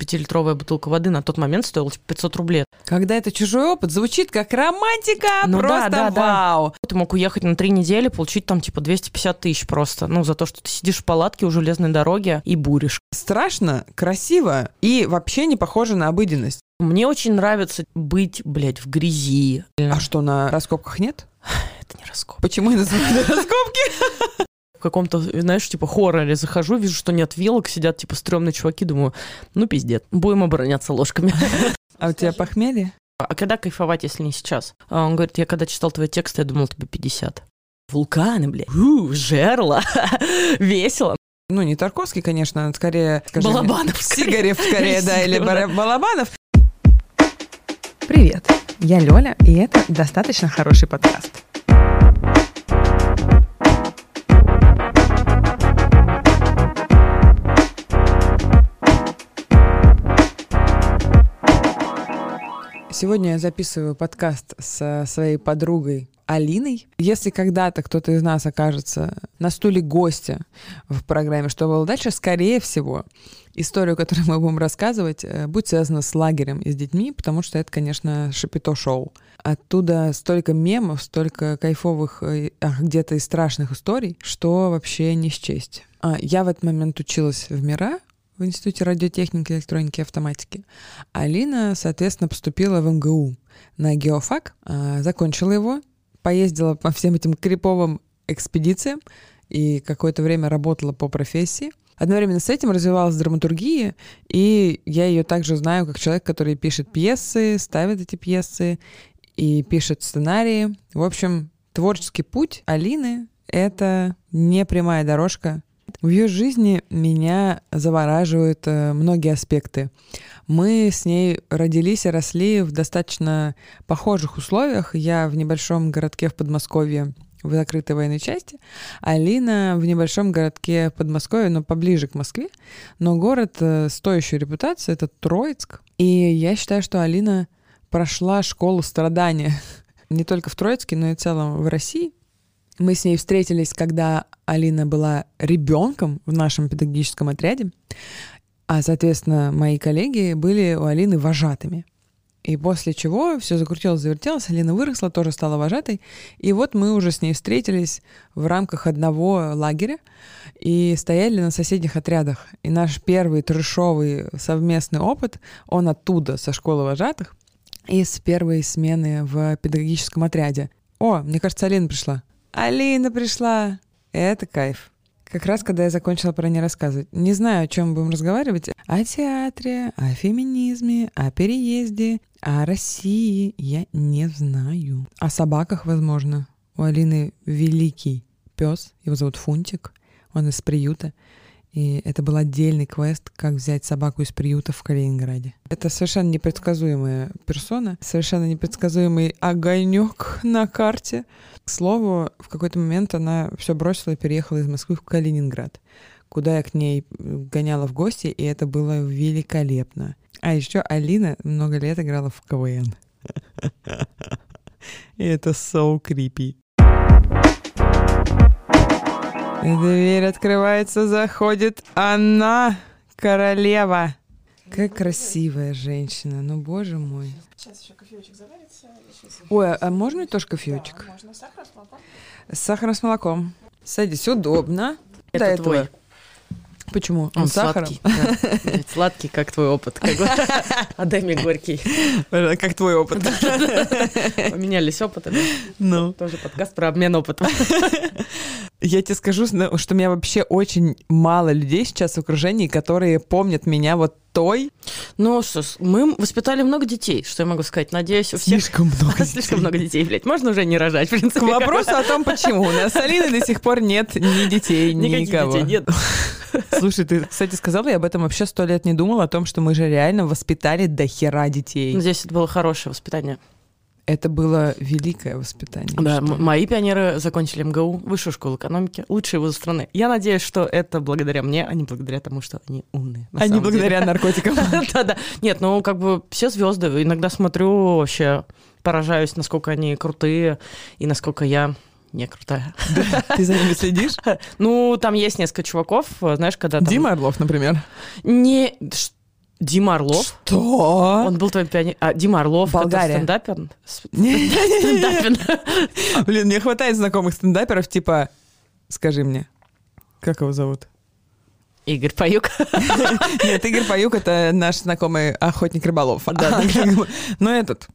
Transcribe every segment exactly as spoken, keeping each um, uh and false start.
пятилитровая бутылка воды на тот момент стоила типа пятьсот рублей. Когда это чужой опыт, звучит как романтика, Ну просто да, да, вау. Да. Ты мог уехать на три недели, получить там типа двести пятьдесят тысяч просто. Ну, за то, что ты сидишь в палатке у железной дороги и буришь. Страшно, красиво и вообще не похоже на обыденность. Мне очень нравится быть, блядь, в грязи. А что, на раскопках нет? Это не раскоп. Почему я называю это раскопки? В каком-то, знаешь, типа хорроре захожу, вижу, что нет вилок, сидят типа стрёмные чуваки, думаю, ну пиздец, будем обороняться ложками. А у тебя похмелье? А когда кайфовать, если не сейчас? А он говорит, я когда читал твои тексты, я думал, тебе пятьдесят. Вулканы, блядь, у, жерла, весело. Ну, не Тарковский, конечно, скорее... скажи мне, Балабанов. Сигарев, скорее, да, или Сигарев, да. Балабанов. Привет, я Лёля, и это «Достаточно хороший подкаст». Сегодня я записываю подкаст со своей подругой Алиной. Если когда-то кто-то из нас окажется на стуле гостя в программе «Что было дальше?», скорее всего, историю, которую мы будем рассказывать, будет связана с лагерем и с детьми, потому что это, конечно, шапито-шоу. Оттуда столько мемов, столько кайфовых, а где-то и страшных историй, что вообще не счесть. Я в этот момент училась в МИРА, в Институте радиотехники, электроники и автоматики. Алина, соответственно, поступила в эм гэ у на геофак, закончила его, поездила по всем этим криповым экспедициям и какое-то время работала по профессии. Одновременно с этим развивалась драматургия, и я ее также знаю как человек, который пишет пьесы, ставит эти пьесы и пишет сценарии. В общем, творческий путь Алины — это не прямая дорожка. В ее жизни меня завораживают многие аспекты. Мы с ней родились и росли в достаточно похожих условиях. Я в небольшом городке в Подмосковье в закрытой военной части, Алина в небольшом городке в Подмосковье, но поближе к Москве. Но город с стоящей репутацией — это Троицк. И я считаю, что Алина прошла школу страдания не только в Троицке, но и в целом в России. Мы с ней встретились, когда Алина была ребенком в нашем педагогическом отряде, а, соответственно, мои коллеги были у Алины вожатыми. И после чего все закрутилось, завертелось, Алина выросла, тоже стала вожатой. И вот мы уже с ней встретились в рамках одного лагеря и стояли на соседних отрядах. И наш первый трэшовый совместный опыт, он оттуда, со школы вожатых, и с первой смены в педагогическом отряде. О, мне кажется, Алина пришла. Алина пришла. Это кайф. Как раз, когда я закончила про нее рассказывать. Не знаю, о чем будем разговаривать. О театре, о феминизме, о переезде, о России. Я не знаю. О собаках, возможно. У Алины великий пес. Его зовут Фунтик. Он из приюта. И это был отдельный квест, как взять собаку из приюта в Калининграде. Это совершенно непредсказуемая персона, совершенно непредсказуемый огонек на карте. К слову, в какой-то момент она все бросила и переехала из Москвы в Калининград, куда я к ней гоняла в гости, и это было великолепно. А еще Алина много лет играла в ка вэ эн. И это so creepy. Дверь открывается, заходит она, королева. Как красивая женщина, ну боже мой. Сейчас еще кофеечек заварится. Сейчас... Ой, а можно мне тоже кофеечек? Да, можно сахар с молоком. С сахаром с молоком. Садись, удобно. Это До этого. твой. Почему? Он с сахаром? сладкий. Да. Блядь, сладкий, как твой опыт. А дай мне горький. Как твой опыт. Поменялись опытами. Ну. Тоже подкаст про обмен опытом. Я тебе скажу, что у меня вообще очень мало людей сейчас в окружении, которые помнят меня вот той. Ну, что ж, мы воспитали много детей, что я могу сказать. Надеюсь, у всех... Слишком много детей. Слишком много детей, блядь. Можно уже не рожать, в принципе. К вопросу о том, почему. У нас с Алиной до сих пор нет ни детей, ни Никаких никого. детей нет. Слушай, ты, кстати, сказала, я об этом вообще сто лет не думала, о том, что мы же реально воспитали до хера детей. Здесь это было хорошее воспитание. Это было великое воспитание. Да, что... м- мои пионеры закончили эм гэ у, высшую школу экономики, лучшие вузы страны. Я надеюсь, что это благодаря мне, а не благодаря тому, что они умные. А не благодаря наркотикам. Да-да. Нет, ну как бы все звезды. Иногда смотрю, вообще поражаюсь, насколько они крутые и насколько я не крутая. Ты за ними следишь? Ну, там есть несколько чуваков, знаешь, когда там... Дима Орлов, например. Не... Дима Орлов. Что? Он был твоим пионером. А, Дима Орлов, Болгария. это стендапер? Стендапер. Блин, мне хватает знакомых стендаперов, типа, скажи мне, как его зовут? Игорь Паюк. Нет, Игорь Паюк — это наш знакомый охотник-рыболов. Да. Но этот,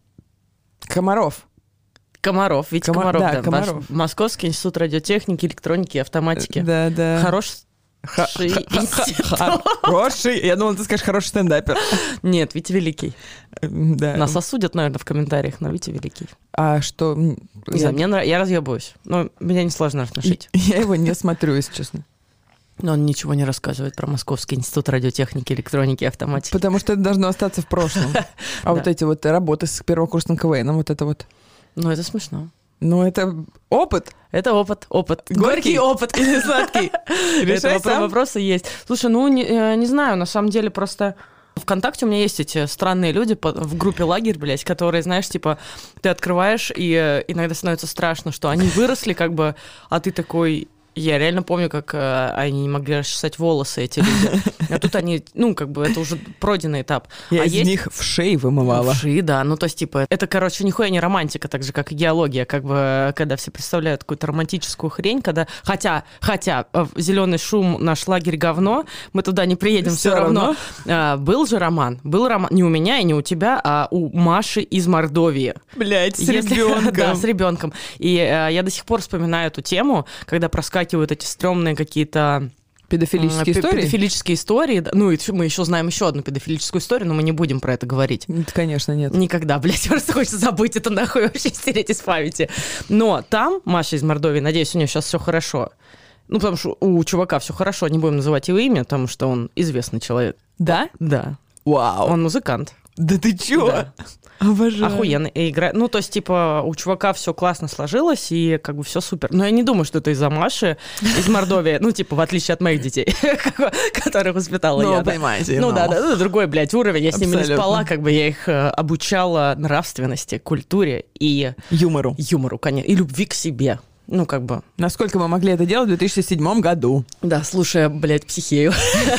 Комаров. Комаров, ведь Кома- Комаров, да, да. Комаров. Ваш Московский институт радиотехники, электроники и автоматики. Да, да. Хороший Ха- институт. Хороший. Я думала, ты скажешь хороший стендапер. Нет, Витя Великий. Да. Нас осудят, наверное, в комментариях, но Витя Великий. А что? Не знаю, мне нрав- я разъебываюсь. Но меня несложно рассмешить. Я его не смотрю, если честно. Но он ничего не рассказывает про Московский институт радиотехники, электроники и автоматики. Потому что это должно остаться в прошлом. А вот эти вот работы с первокурсным КВНом, вот это вот. Ну, это смешно. Ну, это опыт. Это опыт, опыт. Горький опыт. или сладкий? Решай Это вопро- сам. вопросы есть. Слушай, ну, не, э, не знаю, на самом деле просто... ВКонтакте у меня есть эти странные люди по- в группе «Лагерь», блядь, которые, знаешь, типа, ты открываешь, и э, иногда становится страшно, что они выросли, как бы, а ты такой... Я реально помню, как э, они не могли расчесать волосы, эти люди. А тут они, ну, как бы, это уже пройденный этап. Я а из есть... них вшей вымывала. Вши, да. Ну, то есть, типа, это, короче, нихуя не романтика, так же, как и геология, как бы, когда все представляют какую-то романтическую хрень, когда... Хотя, хотя, «Зеленый шум», наш лагерь говно, мы туда не приедем все, Всё равно. А, был же роман. Был роман не у меня и не у тебя, а у Маши из Мордовии. Блять, с Если- ребенком. Да, с ребенком. И э, я до сих пор вспоминаю эту тему, когда проскакивают эти стрёмные какие-то Педофилические м, пе- истории? педофилические истории. Да. Ну, и мы еще знаем еще одну педофилическую историю, но мы не будем про это говорить. Нет, конечно, нет. Никогда, блядь, просто хочется забыть это нахуй, вообще стереть из памяти. Но там Маша из Мордовии, надеюсь, у нее сейчас все хорошо. Ну, потому что у чувака все хорошо, не будем называть его имя, потому что он известный человек. Да? Да. Вау. Он музыкант. Да ты чё? Да. Обожаю. Охуенно. И игра... Ну, то есть, типа, у чувака все классно сложилось, и как бы все супер. Но я не думаю, что это из-за Маши из Мордовии. Ну, типа, в отличие от моих детей, которых воспитала Ну, я. да. понимаете. Ну да, да, ну, другой, блядь, уровень. Я с ними не Абсолютно. спала, как бы я их э, обучала нравственности, культуре и Юмору. юмору, конечно, и любви к себе. Ну, как бы. Насколько мы могли это делать в две тысячи седьмом году? Да, слушая, блядь, психею.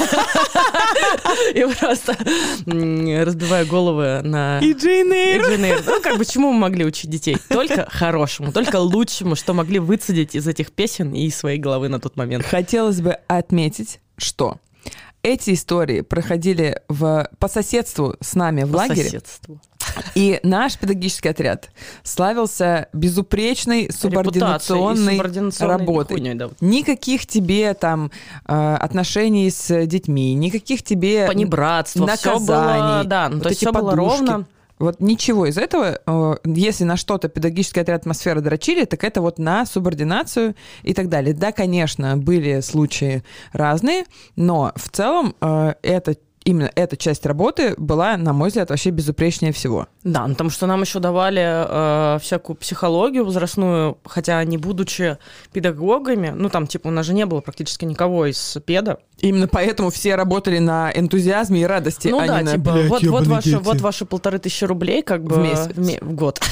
И просто м, разбивая головы на... И Джейн И Эйр. Джейн Эйр. Ну, как бы, чему мы могли учить детей? Только хорошему, только лучшему, что могли выцедить из этих песен и из своей головы на тот момент. Хотелось бы отметить, что эти истории проходили в, по соседству с нами в По лагере. соседству. И наш педагогический отряд славился безупречной субординационной Репутацией и субординационной работой. хуйней, да. Никаких тебе там отношений с детьми, никаких тебе Понебратство, все было, наказаний. да, ну, вот то есть эти все было подушки. ровно. Вот ничего из этого, э, если на что-то педагогический отряд «Атмосфера» дрочили, так это вот на субординацию и так далее. Да, конечно, были случаи разные, но в целом э, это именно эта часть работы была, на мой взгляд, вообще безупречнее всего. Да, ну, потому что нам еще давали э, всякую психологию возрастную, хотя не будучи педагогами, ну там типа у нас же не было практически никого из педа. Именно поэтому все работали на энтузиазме и радости, Ну а да, не на типа «блядь, вот, вот, ёбаные ваши, дети». вот ваши полторы тысячи рублей как бы В месяц. в, ме- в год.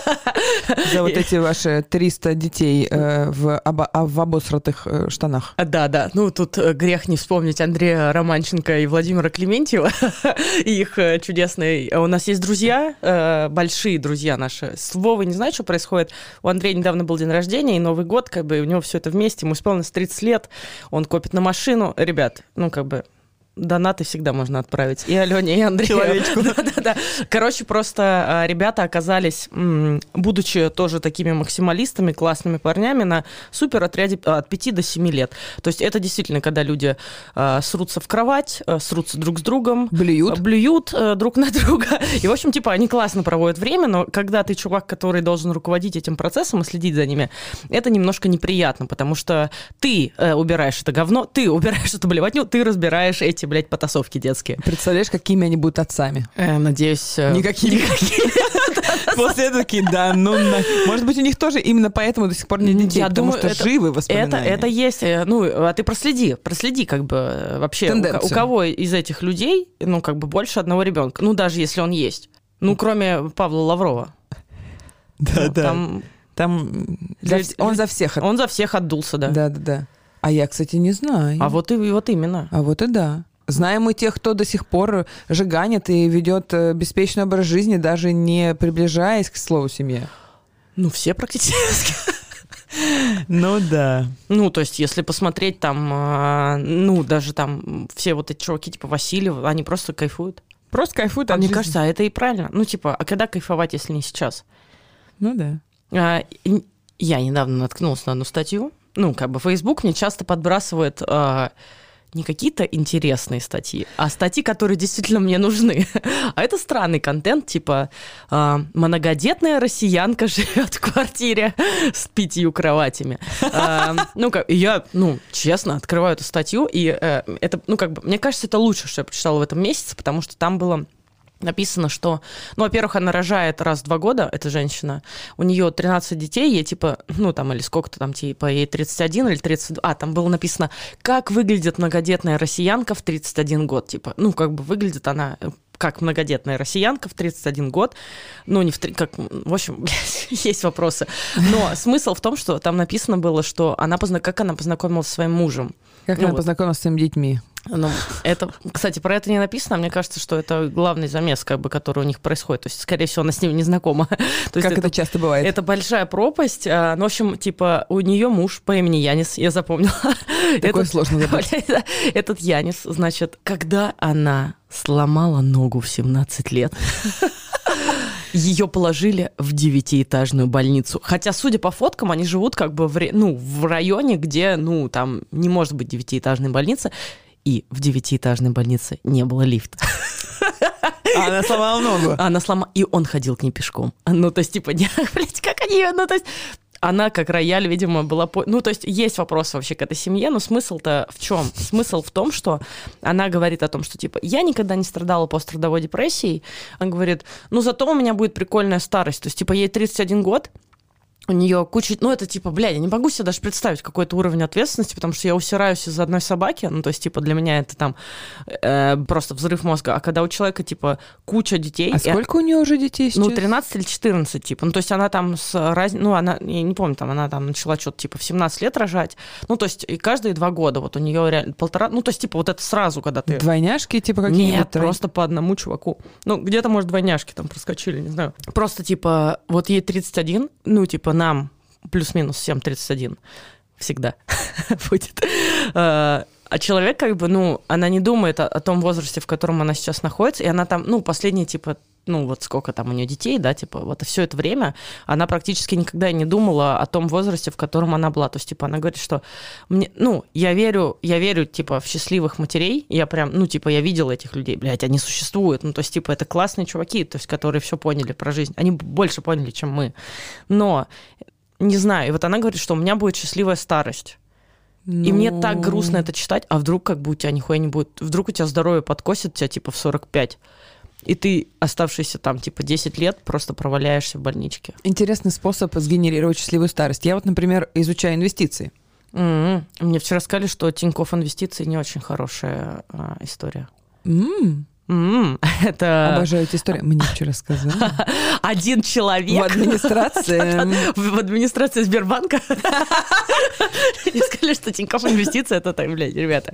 За вот эти ваши триста детей э, в, обо- а в обосратых э, штанах. А, Да, да. Ну, тут э, грех не вспомнить Андрея Романченко и Владимира Клементьева, и их э, чудесный... У нас есть друзья, э, большие друзья наши. С Вовой не знаю, что происходит. У Андрея недавно был день рождения, и Новый год, как бы, и у него все это вместе. Ему исполнилось тридцать лет, он копит на машину. Ребят, ну, как бы... Донаты всегда можно отправить. И Алене, и Андрею. Человечку. Да-да-да. Короче, просто а, ребята оказались, м, будучи тоже такими максималистами, классными парнями, на супер отряде от пяти до семи лет. То есть это действительно, когда люди а, срутся в кровать, а, срутся друг с другом, Блюют. а, блюют а, друг на друга. И, в общем, типа, они классно проводят время, но когда ты чувак, который должен руководить этим процессом и следить за ними, это немножко неприятно, потому что ты э, убираешь это говно, ты убираешь эту блевотню, ты разбираешь эти, блядь, потасовки детские. Представляешь, какими они будут отцами? Э, надеюсь... э, Никакими. После этого такие, да, ну, на- может быть, у них тоже именно поэтому до сих пор нет детей, Я потому думаю, что это- живы Это, воспоминания. это есть, э, ну, а ты проследи, проследи, как бы, э, вообще, у, ко- у Тенденцию. кого из этих людей, ну, как бы, больше одного ребенка, ну, даже если он есть. Ну, кроме Павла Лаврова. Да, Ну, да. Там Там за Лю- вс- он за всех. от- он за всех отдулся, да. Да, да, да. А я, кстати, не знаю. А вот и вот именно. А вот и да. Знаем мы тех, кто до сих пор жиганит и ведет беспечный образ жизни, даже не приближаясь к слову «семья». Ну, все практически. Ну да. Ну, то есть, если посмотреть там, э, ну, даже там все вот эти чуваки, типа Васильев, они просто кайфуют. Просто кайфуют А от мне жизни. кажется, а это и правильно. Ну, типа, а когда кайфовать, если не сейчас? Ну да. А, я недавно наткнулась на одну статью. Ну, как бы Facebook мне часто подбрасывает а, не какие-то интересные статьи, а статьи, которые действительно мне нужны. А это странный контент, типа а, многодетная россиянка живет в квартире с пятью кроватями. А, ну, как, я, ну, честно, открываю эту статью, и а, это, ну, как бы, мне кажется, это лучше, что я прочитала в этом месяце, потому что там было написано, что, ну, во-первых, она рожает раз в два года, эта женщина, у нее тринадцать детей, ей типа, ну, там, или сколько-то там, типа, ей тридцать один или тридцать два, а, там было написано, как выглядит многодетная россиянка в тридцать один год, типа, ну, как бы выглядит она как многодетная россиянка в тридцать один год, ну, не в три, как, в общем, есть вопросы, но смысл в том, что там написано было, что она, позна... как она познакомилась со своим мужем. Как ну, она вот. познакомилась с своими детьми. Ну, это, кстати, про это не написано, а мне кажется, что это главный замес, как бы, который у них происходит. То есть, скорее всего, она с ним не знакома. То есть Как это, это часто бывает. Это большая пропасть. А, ну, в общем, типа, у нее муж по имени Янис, я запомнила. Такое этот, сложно забыть. Этот Янис, значит, когда она сломала ногу в семнадцать лет, ее положили в девятиэтажную больницу. Хотя, судя по фоткам, они живут как бы в, ну, в районе, где, ну, там не может быть девятиэтажной больницы. И в девятиэтажной больнице не было лифта. А она сломала ногу. А она сломала... И он ходил к ней пешком. Ну, то есть, типа, не, блядь, как они ее... Ну, то есть... Она, как рояль, видимо, была... По... Ну, то есть, есть вопрос вообще к этой семье, но смысл-то в чем? Смысл в том, что она говорит о том, что, типа, я никогда не страдала пострадовой депрессией. Она говорит, ну, зато у меня будет прикольная старость. То есть, типа, ей тридцать один год, у нее куча... Ну, это типа, блядь, я не могу себе даже представить какой-то уровень ответственности, потому что я усираюсь из-за одной собаки. Ну, то есть, типа, для меня это там э, просто взрыв мозга. А когда у человека, типа, куча детей... А сколько и... у нее уже детей сейчас? Ну, тринадцать или четырнадцать, типа. Ну, то есть, она там с раз... Ну, она... Я не помню, там, она там начала что-то, типа, в семнадцать лет рожать. Ну, то есть, и каждые два года вот у нее реально полтора... Ну, то есть, типа, вот это сразу, когда ты... Двойняшки, типа, какие-нибудь? Нет, просто по одному чуваку. Ну, где-то, может, двойняшки там проскочили, не знаю. Просто, типа, вот ей тридцать один, ну, типа, нам... плюс-минус всем тридцать один всегда будет. А человек, как бы, ну, она не думает о, о том возрасте, в котором она сейчас находится, и она там, ну, последние, типа, ну, вот сколько там у нее детей, да, типа, вот все это время она практически никогда не думала о том возрасте, в котором она была. То есть, типа, она говорит, что мне, ну, я верю, я верю, типа, в счастливых матерей, я прям, ну, типа, я видела этих людей, блядь, они существуют, ну, то есть, типа, это классные чуваки, то есть, которые все поняли про жизнь, они больше поняли, чем мы, но не знаю, и вот она говорит, что у меня будет счастливая старость. Ну... И мне так грустно это читать, а вдруг как бы у тебя нихуя не будет, вдруг у тебя здоровье подкосит тебя типа в сорок пять, и ты оставшиеся там типа десять лет просто проваляешься в больничке. Интересный способ сгенерировать счастливую старость. Я вот, например, изучаю инвестиции. Mm-hmm. Мне вчера сказали, что Тинькофф инвестиции не очень хорошая а, история. Mm-hmm. Mm, это... Обожаю эту историю. Мне вчера сказали. Один человек. В администрации. В администрации Сбербанка. Мне сказали, что Тинькофф инвестиции, это так, блядь, ребята.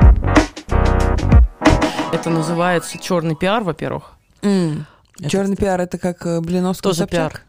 Это называется черный пиар, во-первых. Черный пиар — это как Блиновский. Тоже пиар.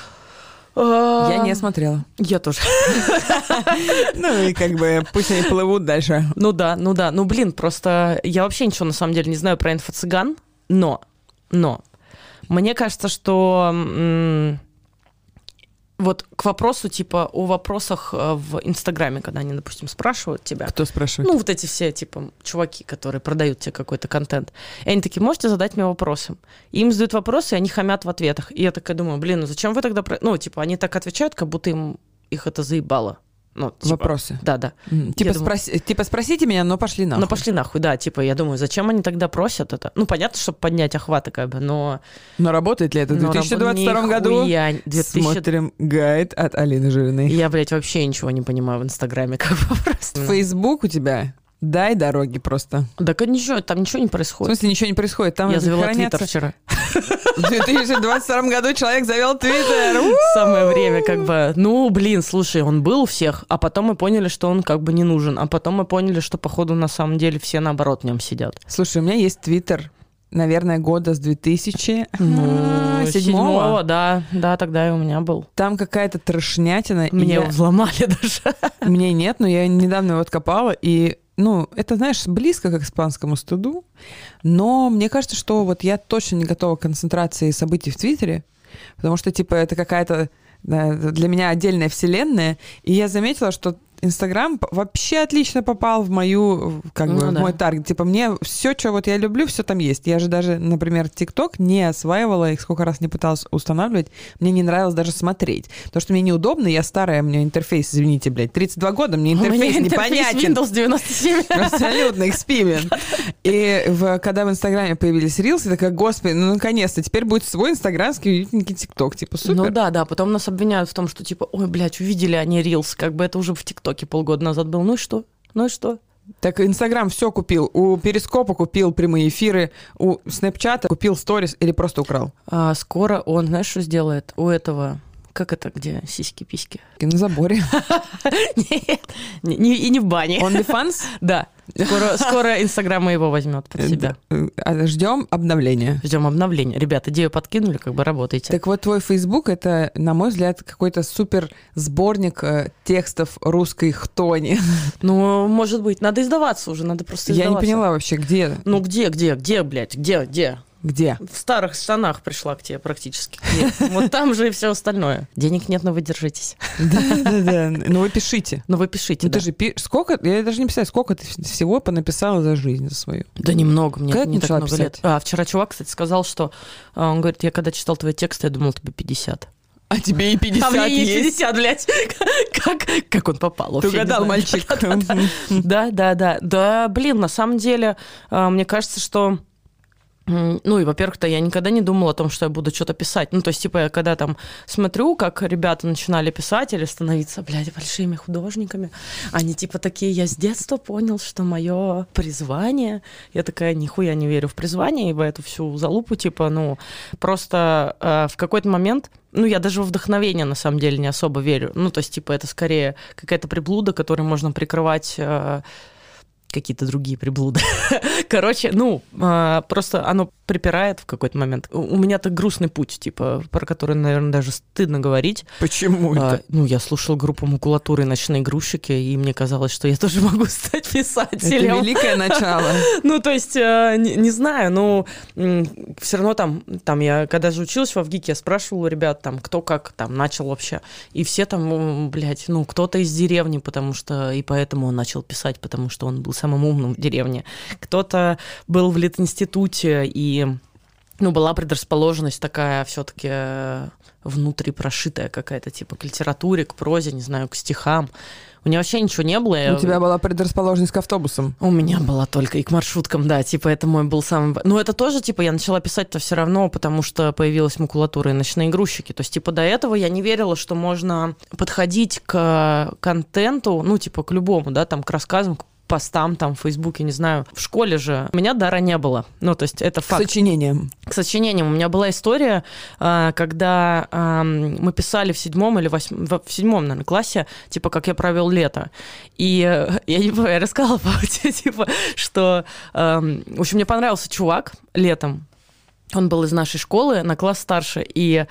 Я не смотрела. Я тоже. Ну и как бы пусть они плывут дальше. Ну да, ну да. Ну блин, просто я вообще ничего на самом деле не знаю про инфо-цыган, но, но мне кажется, что м- вот к вопросу, типа, о вопросах в Инстаграме, когда они, допустим, спрашивают тебя. Кто спрашивает? Ну, вот эти все, типа, чуваки, которые продают тебе какой-то контент. И они такие, можете задать мне вопросы? И им задают вопросы, и они хамят в ответах. И я такая думаю, блин, ну зачем вы тогда... Ну, типа, они так отвечают, как будто им их это заебало. Ну, типа, вопросы. Да, да. Mm. Типа, думаю, спроси, типа, спросите меня, но пошли нахуй. Ну, пошли нахуй, да. Типа, я думаю, зачем они тогда просят это? Ну, понятно, чтобы поднять охваты, как бы, но... Но работает ли это в две тысячи двадцать втором году? Я... две тысячи... Смотрим гайд от Алины Жириной. Я, блядь, вообще ничего не понимаю в Инстаграме, как бы просто. Фейсбук у тебя? Дай дороги просто. Да ничего, там ничего не происходит. В смысле, ничего не происходит? Там я завела хранятся... Твиттер вчера. В две тысячи двадцать втором году человек завел Твиттер. Самое время, как бы, ну, блин, слушай, он был у всех, а потом мы поняли, что он как бы не нужен, а потом мы поняли, что, походу, на самом деле все, наоборот, в нем сидят. Слушай, у меня есть Твиттер, наверное, года с две тысячи седьмого. Седьмого, да, да, тогда и у меня был. Там какая-то трошнятина. Мне я... его взломали даже. Мне нет, но я недавно его откопала, и, ну, это, знаешь, близко к испанскому стыду, но мне кажется, что вот я точно не готова к концентрации событий в Твиттере, потому что, типа, это какая-то да, для меня отдельная вселенная, и я заметила, что Инстаграм вообще отлично попал в мою, как бы, ну, в да. мой таргет. Типа, мне все, что вот я люблю, все там есть. Я же даже, например, ТикТок не осваивала, их сколько раз не пыталась устанавливать. Мне не нравилось даже смотреть. Потому что мне неудобно, я старая, у меня интерфейс, извините, блядь, тридцать два года, мне интерфейс непонятен. Windows девяносто семь. Абсолютно, эксперимент. И в, когда в Инстаграме появились рилсы, я такая, господи, ну, наконец-то, теперь будет свой инстаграмский уютненький ТикТок. Типа, супер. Ну да, да, потом нас обвиняют в том, что, типа, ой, блядь, увидели они рилс, как бы это уже в ТикТоке полгода назад был. Ну и что? Ну и что? Так Инстаграм все купил. У Перископа купил прямые эфиры, у Снэпчата купил сторис или просто украл? А скоро он, знаешь, что сделает? У этого... Как это, где сиськи-письки? На заборе. Нет, и не в бане. OnlyFans? Да. Скоро Инстаграм его возьмет под себя. Ждем обновления. Ждем обновления. Ребят, идею подкинули, как бы работаете. Так вот, твой Facebook — это, на мой взгляд, какой-то супер сборник текстов русской хтони. Ну, может быть. Надо издаваться уже, надо просто издаваться. Я не поняла вообще, где? Ну, где, где, где, блядь, где, где? Где? В старых штанах пришла к тебе практически. Вот там же и все остальное. Денег нет, но вы держитесь. Да-да-да. Ну вы пишите. Ну вы пишите, да. Ты же сколько, я даже не представляю, сколько ты всего понаписала за жизнь за свою? Да немного, мне не так много лет. А вчера чувак, кстати, сказал, что он говорит, я когда читал твои тексты, я думал, тебе пятьдесят. А тебе и пятьдесят а мне есть. и пятьдесят, блядь. Как, как он попал? Ты угадал, мальчик. Да, да, да. Да, блин, на самом деле, мне кажется, что... Ну и, во-первых-то, я никогда не думала о том, что я буду что-то писать. Ну, то есть, типа, я когда там смотрю, как ребята начинали писать или становиться, блядь, большими художниками, они типа такие, я с детства понял, что мое призвание, я такая, нихуя не верю в призвание и в эту всю залупу, типа, ну, просто э, в какой-то момент... Ну, я даже во вдохновение, на самом деле, не особо верю. Ну, то есть, типа, это скорее какая-то приблуда, которой можно прикрывать... Э, какие-то другие приблуды. Короче, ну, а, просто оно припирает в какой-то момент. У, у меня так грустный путь, типа, про который, наверное, даже стыдно говорить. Почему а, это? Ну, я слушала группу «Макулатуры» и «Ночные грузчики», и мне казалось, что я тоже могу стать писателем. Это великое начало. Ну, то есть, не, не знаю, но все равно там, там я, когда же училась во ВГИКе, я спрашивала у ребят, там, кто как там начал вообще. И все там, блядь, ну, кто-то из деревни, потому что, и поэтому он начал писать, потому что он был самым умным в деревне. Кто-то был в Литинституте, и ну, была предрасположенность такая все-таки внутри прошитая какая-то, типа к литературе, к прозе, не знаю, к стихам. У меня вообще ничего не было. У тебя была предрасположенность к автобусам? У меня была только и к маршруткам, да, типа это мой был самый... Ну, это тоже, типа, я начала писать-то все равно, потому что появилась макулатура и «Ночные грузчики». То есть, типа, до этого я не верила, что можно подходить к контенту, ну, типа, к любому, да, там, к рассказам, к постам там в Фейсбуке, не знаю. В школе же у меня дара не было. Ну, то есть это факт. К сочинениям. К сочинениям. У меня была история, когда мы писали в седьмом или восьмом, в седьмом, наверное, классе, типа, как я провел лето. И я не помню, я рассказала папе, типа, что... В общем, мне понравился чувак летом. Он был из нашей школы, на класс старше. И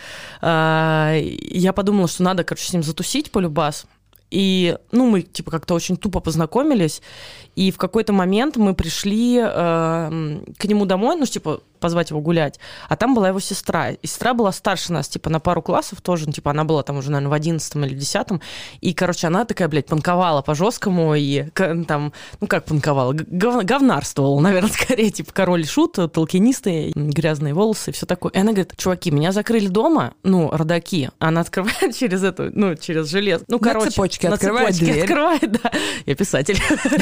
я подумала, что надо, короче, с ним затусить полюбас. И, ну, мы, типа, как-то очень тупо познакомились, и в какой-то момент мы пришли э, к нему домой, ну, типа, позвать его гулять, а там была его сестра. И сестра была старше нас, типа, на пару классов тоже, ну, типа, она была там уже, наверное, в одиннадцатом или десятом, и, короче, она такая, блядь, панковала по-жесткому, и там, ну, как панковала, гов, говнарствовала, наверное, скорее, типа, король и шут, толкинисты, грязные волосы и все такое. И она говорит, чуваки, меня закрыли дома, ну, родаки, она открывает через эту, ну, через железо, ну, короче. На цепочке открывает дверь. Открывает, да. Я писатель.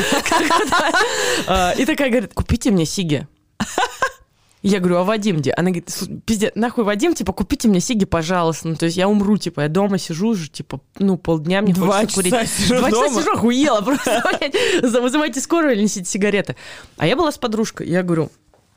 И такая говорит, купите мне сиги. Я говорю, а Вадим где? Она говорит, пиздец, нахуй Вадим, типа, купите мне сиги, пожалуйста. Ну, то есть я умру, типа, я дома сижу уже, типа, ну, полдня мне Два хочется курить. Сижу Два дома. часа сижу, охуела просто, блядь. Вызывайте скорую или несите сигареты. А я была с подружкой, я говорю,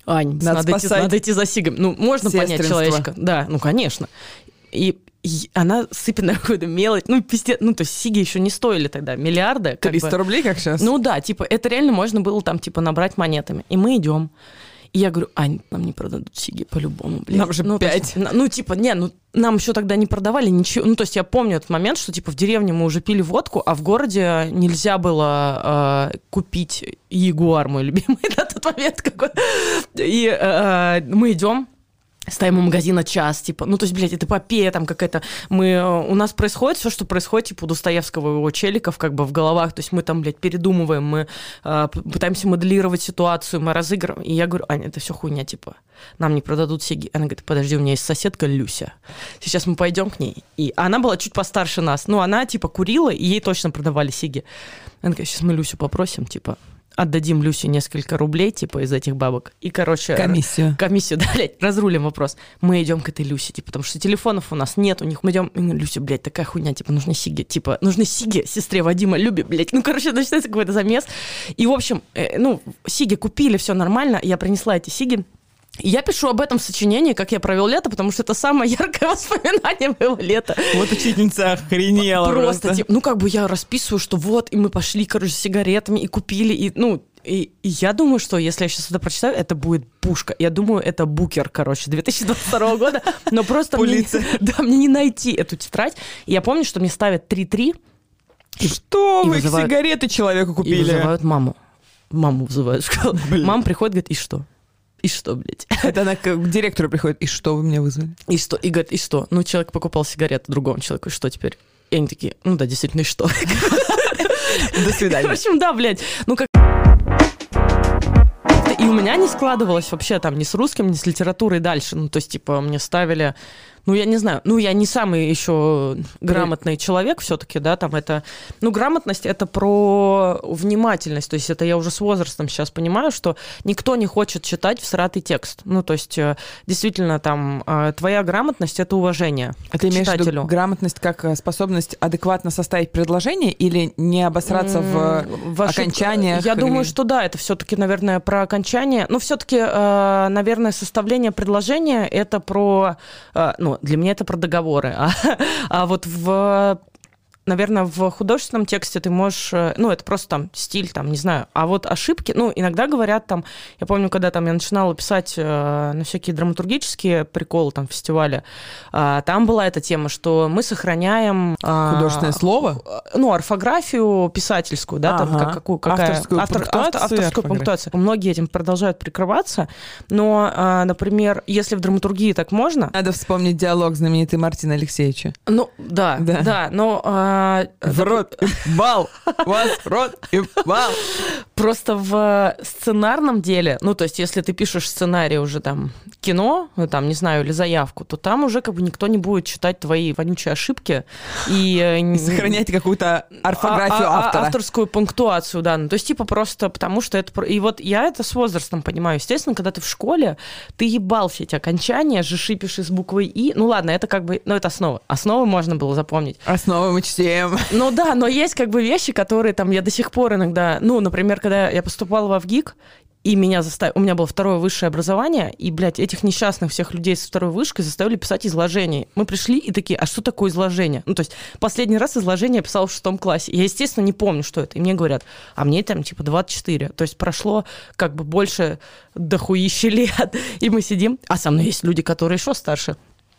Ань, надо, надо, идти, надо идти за сигами. Ну, можно понять человечка. Да, ну, конечно. И, и она сыпет на какую-то мелочь. Ну, пиздец. Ну, то есть сиги еще не стоили тогда миллиарды. триста бы. Рублей, как сейчас? Ну, да, типа, это реально можно было там, типа, набрать монетами. И мы идем. И я говорю, Ань, нам не продадут сиги по-любому, блядь. Нам же ну, пять. Есть, ну, типа, не, ну, нам еще тогда не продавали ничего. Ну, то есть я помню этот момент, что, типа, в деревне мы уже пили водку, а в городе нельзя было э, купить Ягуар, мой любимый на тот момент какой. И э, мы идем, стоим у магазина час, типа, ну, то есть, блядь, это эпопея там какая-то. Мы, у нас происходит все, что происходит, типа, у Достоевского и его челиков, как бы, в головах. То есть мы там, блядь, передумываем, мы э, пытаемся моделировать ситуацию, мы разыгрываем. И я говорю, Аня, это все хуйня, типа, нам не продадут сиги. Она говорит, подожди, у меня есть соседка Люся. Сейчас мы пойдем к ней. И она была чуть постарше нас. Ну, она, типа, курила, и ей точно продавали сиги. Она говорит, сейчас мы Люсю попросим, типа, отдадим Люсе несколько рублей, типа, из этих бабок. И, короче... Комиссию. Комиссию, да, блядь, разрулим вопрос. Мы идем к этой Люсе, типа, потому что телефонов у нас нет, у них мы идем... Люся, блядь, такая хуйня, типа, нужны сиги. Типа, нужны сиги сестре Вадима Любе, блядь. Ну, короче, начинается какой-то замес. И, в общем, э, ну, сиги купили, все нормально. Я принесла эти сиги. И я пишу об этом в сочинении, как я провел лето, потому что это самое яркое воспоминание моего лета. Вот учительница охренела просто. Просто, типа, ну, как бы я расписываю, что вот, и мы пошли, короче, с сигаретами, и купили, и, ну, и, и я думаю, что если я сейчас это прочитаю, это будет пушка. Я думаю, это букер, короче, две тысячи двадцать второго года, но просто мне, да, мне не найти эту тетрадь. И я помню, что мне ставят три-три. Что вы сигареты человеку купили? И вызывают маму. Маму вызывают в школу. Мама приходит, говорит, и что? И что, блядь? Это она к директору приходит. И что вы меня вызвали? И что? И говорит, и что? Ну, человек покупал сигареты другому человеку, и что теперь? И они такие, ну да, действительно, и что? До свидания. В общем, да, блядь. Ну, как... И у меня не складывалось вообще там ни с русским, ни с литературой дальше. Ну, то есть, типа, мне ставили... Ну, я не знаю, ну, я не самый еще грамотный человек все-таки, да, там это... Ну, грамотность — это про внимательность, то есть это я уже с возрастом сейчас понимаю, что никто не хочет читать всратый текст. Ну, то есть действительно там твоя грамотность — это уважение а к ты имеешь читателю. в виду грамотность как способность адекватно составить предложение или не обосраться в, в окончаниях? Я или... думаю, что да, это все-таки, наверное, про окончание. Ну, все-таки, наверное, составление предложения — это про... Ну, для меня это про договоры. А, а вот в... Наверное, в художественном тексте ты можешь... Ну, это просто там стиль, там, не знаю. А вот ошибки... Ну, иногда говорят там... Я помню, когда там я начинала писать э, на всякие драматургические приколы, там, фестиваля, э, там была эта тема, что мы сохраняем... Э, Художественное слово? Э, ну, орфографию писательскую, да, ага. там, как, какую, какая... Авторскую автор, пунктуацию. Автор, авторскую пунктуацию. Многие этим продолжают прикрываться, но, э, например, если в драматургии так можно... Надо вспомнить диалог знаменитый Мартина Алексеевича. Ну, да, да, да но... Э, В рот и бал! Вас рот и бал! Просто в сценарном деле, ну, то есть, если ты пишешь сценарий уже там кино, ну, там, не знаю, или заявку, то там уже как бы никто не будет читать твои вонючие ошибки и... и сохранять какую-то орфографию а, автора. Авторскую пунктуацию, да. Ну, то есть, типа, просто потому что это... И вот я это с возрастом понимаю. Естественно, когда ты в школе, ты ебал все эти окончания, же шипишь из буквы «и». Ну, ладно, это как бы... Ну, это основа. Основы можно было запомнить. Основы мы чтим. Ну да, но есть как бы вещи, которые там я до сих пор иногда... Ну, например, когда я поступала во ВГИК, и меня заставили... У меня было второе высшее образование, и, блядь, этих несчастных всех людей со второй вышкой заставили писать изложение. Мы пришли и такие, а что такое изложение? Ну, то есть последний раз изложение я писала в шестом классе. Я, естественно, не помню, что это. И мне говорят, а мне там, типа, двадцать четыре. То есть прошло как бы больше дохуища лет. И мы сидим. А со мной есть люди, которые еще старше.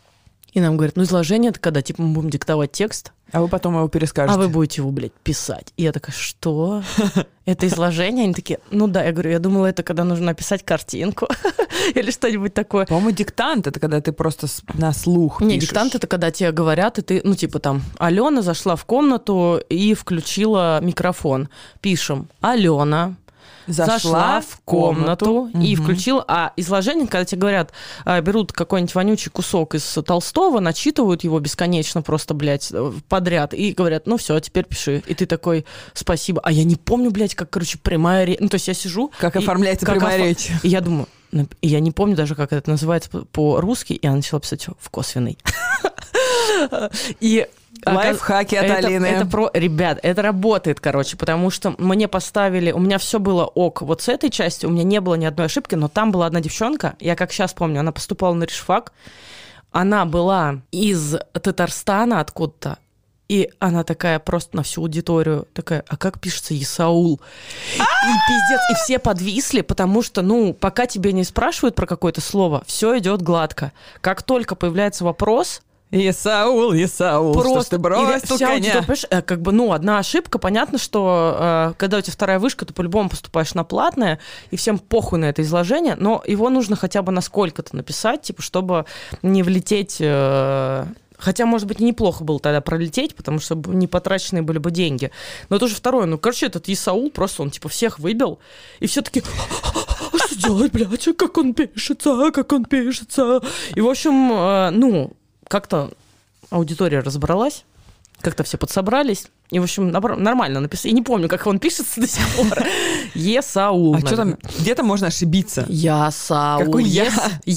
И нам говорят, ну, изложение — это когда, типа, мы будем диктовать текст. А вы потом его перескажете. А вы будете его, блядь, писать. И я такая, что? Это изложение? Они такие, ну да. Я говорю, я думала, это когда нужно написать картинку или что-нибудь такое. По-моему, диктант — это когда ты просто на слух Не, пишешь. диктант — это когда тебе говорят, и ты, ну, типа там, Алена зашла в комнату и включила микрофон. Пишем, Алена... Зашла, зашла в комнату, комнату и угу. включила... А изложение, когда тебе говорят, берут какой-нибудь вонючий кусок из Толстого, начитывают его бесконечно просто, блядь, подряд, и говорят, ну все, теперь пиши. И ты такой, спасибо. А я не помню, блядь, как, короче, прямая речь. Ну, то есть я сижу... Как и, оформляется как прямая оф... речь. И я думаю... И я не помню даже, как это называется по-русски, и я начала писать в косвенный. И... Лайфхаки от это, Алины. Это про... Ребят, это работает, короче, потому что мне поставили... У меня все было ок. Вот с этой части у меня не было ни одной ошибки, но там была одна девчонка, я как сейчас помню, она поступала на ришфак, она была из Татарстана откуда-то, и она такая просто на всю аудиторию такая, а как пишется Исаул? И пиздец, и все подвисли, потому что, ну, пока тебе не спрашивают про какое-то слово, все идет гладко. Как только появляется вопрос... Исаул, Исаул, просто что ты бросил вся коня. аудитория, понимаешь, э, как бы, ну, одна ошибка, понятно, что э, когда у тебя вторая вышка, ты по-любому поступаешь на платное, и всем похуй на это изложение, но его нужно хотя бы на сколько-то написать, типа, чтобы не влететь... Э, хотя, может быть, неплохо было тогда пролететь, потому что не потраченные были бы деньги. Но это уже второе. Ну, короче, этот Исаул просто, он, типа, всех выбил, и все таки а что делать, блядь, как он пишется, как он пишется? И, в общем, э, ну... Как-то аудитория разобралась, как-то все подсобрались. И, в общем, нормально написали. Я не помню, как он пишется до сих пор. Есаул. А что там? Где-то можно ошибиться. Ясаул. Какой я?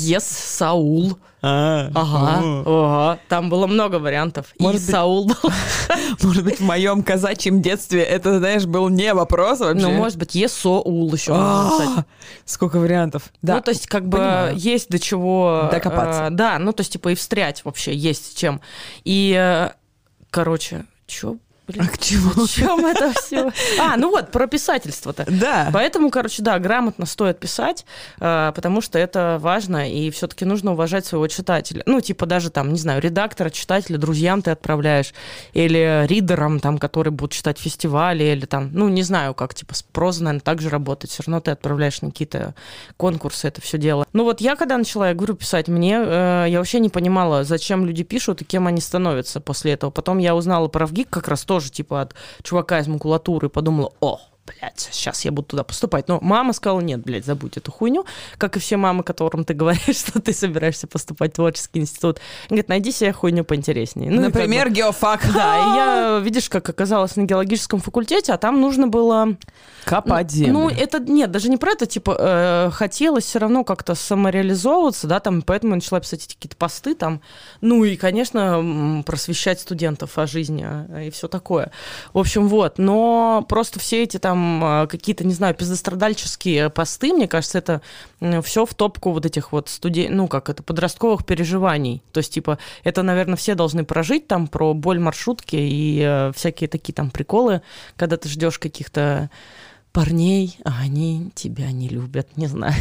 Ес-Саул. А, Ага, о. ага. Там было много вариантов. Может И быть- Саул был. Может быть, в моем казачьем детстве это, знаешь, был не вопрос вообще. Ну, может быть, Есоул еще можно написать. А, сколько вариантов. Да. Ну, то есть, как бы, понимаю. есть до чего... Докопаться. э, да, ну, то есть, типа, и встрять вообще есть чем. И, э, короче, чё, блин? А к чему? О чем это все? А, ну вот, про писательство-то. Да. Поэтому, короче, да, грамотно стоит писать, э, потому что это важно, и все-таки нужно уважать своего читателя. Ну, типа даже там, не знаю, редактора, читателя, друзьям ты отправляешь, или ридерам, там, которые будут читать фестивали, или там, ну, не знаю, как, типа, с прозой, наверное, так же работать. Все равно ты отправляешь на какие-то конкурсы это все дело. Ну, вот я, когда начала, я говорю, писать, мне, э, я вообще не понимала, зачем люди пишут и кем они становятся после этого. Потом я узнала про ВГИК как раз тоже, типа, от чувака из макулатуры, и подумала, о, блядь, сейчас я буду туда поступать. Но мама сказала, нет, блядь, забудь эту хуйню, как и все мамы, которым ты говоришь, что ты собираешься поступать в творческий институт. Говорит, найди себе хуйню поинтереснее. Ну, и как Например, бы- геофак. Да, и я, видишь, как оказалось на геологическом факультете, а там нужно было... Копать землю. Ну, это, нет, даже не про это, типа, э, хотелось все равно как-то самореализовываться, да, там, поэтому я начала писать эти какие-то посты там, ну, и, конечно, м, просвещать студентов о жизни э, и все такое. В общем, вот, но просто все эти там э, какие-то, не знаю, пиздострадальческие посты, мне кажется, это все в топку вот этих вот студен... ну, как это, подростковых переживаний. То есть, типа, это, наверное, все должны прожить там про боль маршрутки и э, всякие такие там приколы, когда ты ждешь каких-то парней, а они тебя не любят, не знаю.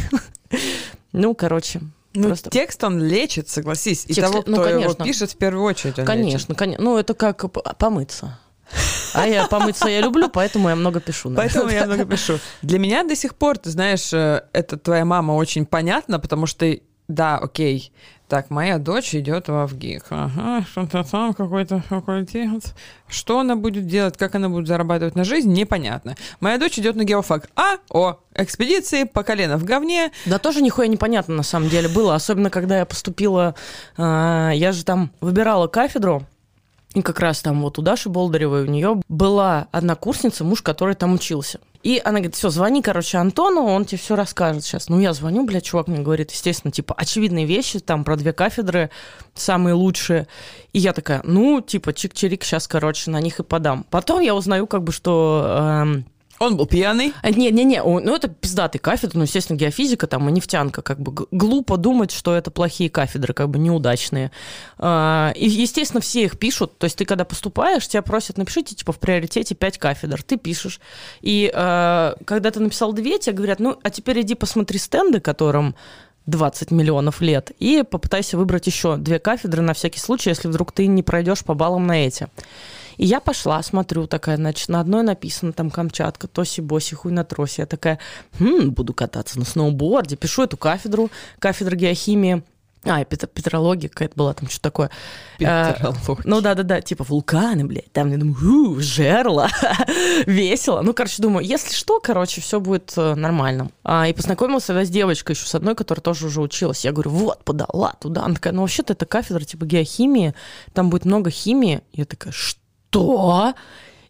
Ну, короче, Ну, просто... текст, он лечит, согласись. И Текст, того, ну, кто его конечно. пишет, в первую очередь он лечит. Конечно, конечно. Ну, это как п- помыться. А я помыться я люблю, поэтому я много пишу. наверное. Поэтому я много пишу. Для меня до сих пор, ты знаешь, э, это твоя мама очень понятно, потому что, да, окей, так, моя дочь идет во ВГИК. Ага, что-то там, какой-то факультет. Что она будет делать, как она будет зарабатывать на жизнь, непонятно. Моя дочь идет на геофак. А, о, экспедиции, по колено в говне. Да тоже нихуя непонятно на самом деле было, особенно когда я поступила, э, я же там выбирала кафедру, и как раз там вот у Даши Болдыревой, у нее была однокурсница, муж, который там учился. И она говорит, все, звони, короче, Антону, он тебе все расскажет сейчас. Ну, я звоню, блядь, чувак мне говорит, естественно, типа, очевидные вещи, там, про две кафедры, самые лучшие. И я такая, ну, типа, чик-чирик, сейчас, короче, на них и подам. Потом я узнаю, как бы, что... эм, Он был пьяный. Не-не-не, ну это пиздатый кафедр, ну, естественно, геофизика там и нефтянка, как бы г- глупо думать, что это плохие кафедры, как бы неудачные. А, И, естественно, все их пишут, то есть ты когда поступаешь, тебя просят, напишите, типа, в приоритете пять кафедр, ты пишешь. И а, когда ты написал две, тебе говорят, ну, а теперь иди посмотри стенды, которым двадцать миллионов лет, и попытайся выбрать еще две кафедры на всякий случай, если вдруг ты не пройдешь по баллам на эти. И я пошла, смотрю, такая, значит, на одной написано там Камчатка, тоси-боси, хуй на тросе. Я такая, хм, буду кататься на сноуборде, пишу эту кафедру, кафедра геохимии. А, и пет- петрология какая-то была, там что-то такое. Э, Петрология. Ну да-да-да, типа вулканы, блядь, там я думаю, у, жерло, весело. Ну, короче, думаю, если что, короче, все будет э, нормально. А, и познакомилась я с девочкой еще с одной, которая тоже уже училась. Я говорю, вот, подала туда. Она такая, ну, вообще-то это кафедра типа геохимии, там будет много химии. Я такая, что?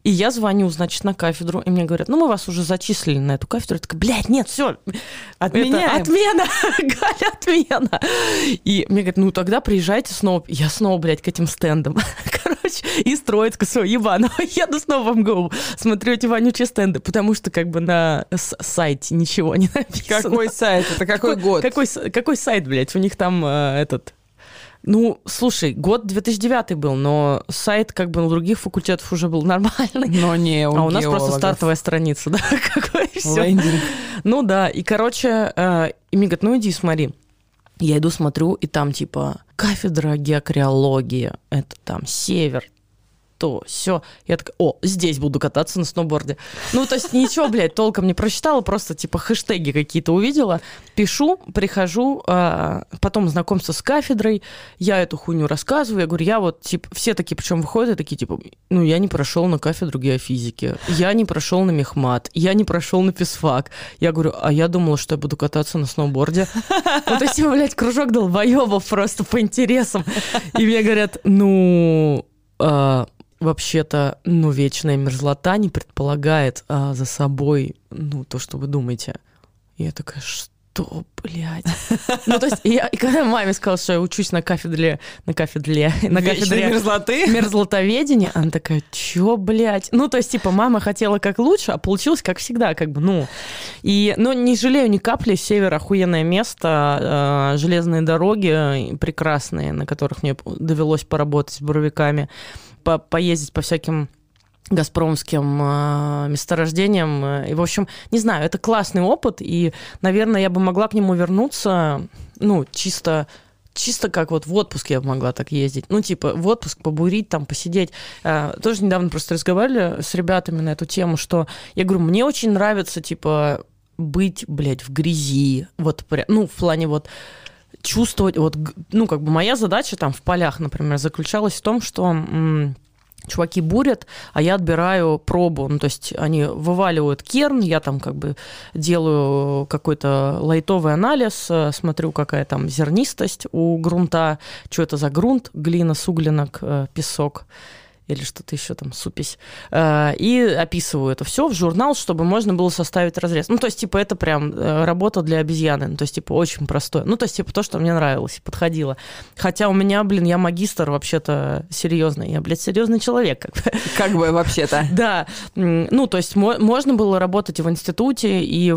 И я звоню, значит, на кафедру, и мне говорят, ну, мы вас уже зачислили на эту кафедру. Я такая, блядь, нет, все, отменяем. Отмена, Галя, отмена. И мне говорят, ну, тогда приезжайте снова. Я снова, блядь, к этим стендам. Короче, из Троицка, все, ебаного. Еду снова в МГУ, смотрю эти вонючие стенды, потому что как бы на сайте ничего не написано. Какой сайт? Это какой, какой год? Какой, какой сайт, блядь? У них там э, этот... Ну, слушай, год две тысячи девятый был, но сайт как бы на других факультетов уже был нормальный. Но не у А у нас геологов. просто стартовая страница, да, какой все. Лендинг. Ну да, и, короче, э, и мне говорят, ну иди смотри. Я иду, смотрю, и там типа кафедра геокриологии, это там север, то, все. Я такая, о, здесь буду кататься на сноуборде. Ну, то есть ничего, блядь, толком не прочитала, просто типа хэштеги какие-то увидела, пишу, прихожу, а, потом знакомство с кафедрой, я эту хуйню рассказываю, я говорю, я вот, типа, все такие, причем выходят, такие, типа, ну, я не прошел на кафедру геофизики, я не прошел на мехмат, я не прошел на физфак. Я говорю, а я думала, что я буду кататься на сноуборде. Ну, то есть, блядь, кружок долбоебов просто по интересам. И мне говорят, ну... вообще-то, ну, вечная мерзлота не предполагает а, за собой, ну, то, что вы думаете. И я такая, что, блядь? Ну, то есть, я, и когда маме сказала, что я учусь на кафедре, на кафедре, на кафедре мерзлоты, мерзлотоведения, она такая, чё, блядь? Ну, то есть, типа, мама хотела как лучше, а получилось как всегда, как бы, ну. И, ну, не жалею ни капли, север охуенное место, э, железные дороги прекрасные, на которых мне довелось поработать с буровиками, по поездить по всяким газпромским э, месторождениям. И, в общем, не знаю, это классный опыт, и, наверное, я бы могла к нему вернуться, ну, чисто... Чисто как вот в отпуск я бы могла так ездить. Ну, типа, в отпуск побурить, там, посидеть. А, тоже недавно просто разговаривали с ребятами на эту тему, что я говорю, мне очень нравится, типа, быть, блядь, в грязи. Вот, ну, в плане вот чувствовать, вот, ну, как бы моя задача там в полях, например, заключалась в том, что м- чуваки бурят, а я отбираю пробу, ну, то есть они вываливают керн, я там как бы делаю какой-то лайтовый анализ, смотрю, какая там зернистость у грунта, что это за грунт, глина, суглинок, песок или что-то еще там, супесь, и описываю это все в журнал, чтобы можно было составить разрез. Ну, то есть, типа, это прям работа для обезьяны, ну, то есть, типа, очень простое. Ну, то есть, типа, то, что мне нравилось и подходило. Хотя у меня, блин, я магистр вообще-то серьезный, я, блядь, серьезный человек. Как бы, как бы вообще-то. Да. Ну, то есть, можно было работать и в институте, и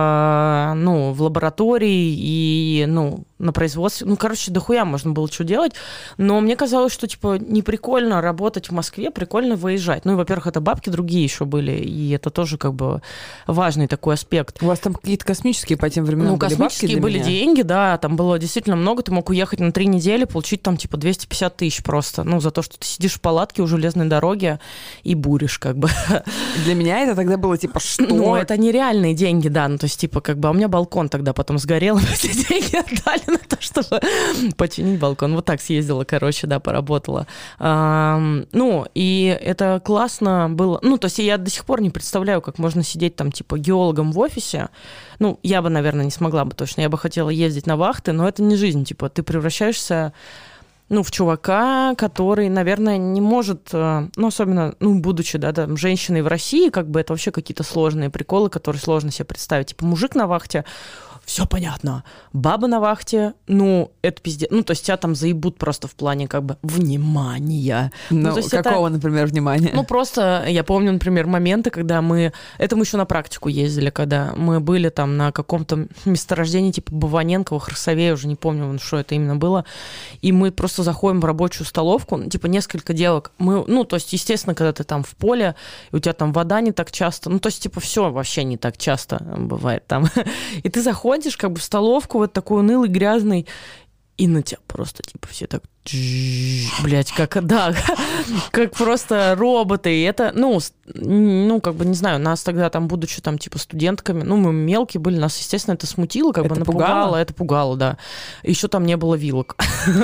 в, ну, в лаборатории, и, ну, на производстве. Ну, короче, дохуя можно было что делать. Но мне казалось, что, типа, не прикольно работать в Москве, прикольно выезжать. Ну, и, во-первых, это бабки другие еще были, и это тоже, как бы, важный такой аспект. У вас там какие-то космические по тем временам ну, были космические были меня? деньги, да, там было действительно много. Ты мог уехать на три недели, получить там, типа, двести пятьдесят тысяч просто. Ну, за то, что ты сидишь в палатке у железной дороги и буришь, как бы. Для меня это тогда было, типа, что? Ну, это нереальные деньги, да. Ну, то есть, типа, как бы, а у меня балкон тогда потом сгорел, все деньги отдали на то, чтобы починить балкон. Вот так съездила, короче, да, поработала. А, ну, и это классно было. Ну, то есть я до сих пор не представляю, как можно сидеть там, типа, геологом в офисе. Ну, я бы, наверное, не смогла бы точно. Я бы хотела ездить на вахты, но это не жизнь. Типа, ты превращаешься, ну, в чувака, который, наверное, не может, ну, особенно, ну, будучи, да, там, женщиной в России, как бы это вообще какие-то сложные приколы, которые сложно себе представить. Типа, мужик на вахте, все понятно. Баба на вахте, ну, это пиздец. Ну, то есть тебя там заебут просто в плане как бы внимания. Ну, ну то есть какого, это, например, внимания? Ну, просто я помню, например, моменты, когда мы... Это мы еще на практику ездили, когда мы были там на каком-то месторождении типа Баваненкова, Храсовея, уже не помню, что это именно было, и мы просто заходим в рабочую столовку, ну, типа несколько девок. Мы, ну, то есть, естественно, когда ты там в поле, и у тебя там вода не так часто, ну, то есть, типа, все вообще не так часто бывает там. И ты заходишь Ходишь как бы в столовку, вот такой унылый, грязный, и на тебя просто, типа, все так, блядь, как, да, как просто роботы. И это, ну, ну, как бы, не знаю, нас тогда там, будучи там, типа, студентками, ну, мы мелкие были, нас, естественно, это смутило, как бы напугало, пугало? это пугало, да. Еще там не было вилок.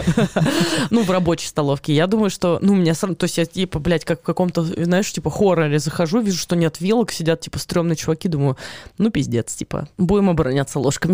Ну, в рабочей столовке. Я думаю, что, ну, у меня, то есть я, типа, блядь, как в каком-то, знаешь, типа, хорроре захожу, вижу, что нет вилок, сидят, типа, стрёмные чуваки, думаю, ну, пиздец, типа, будем обороняться ложками.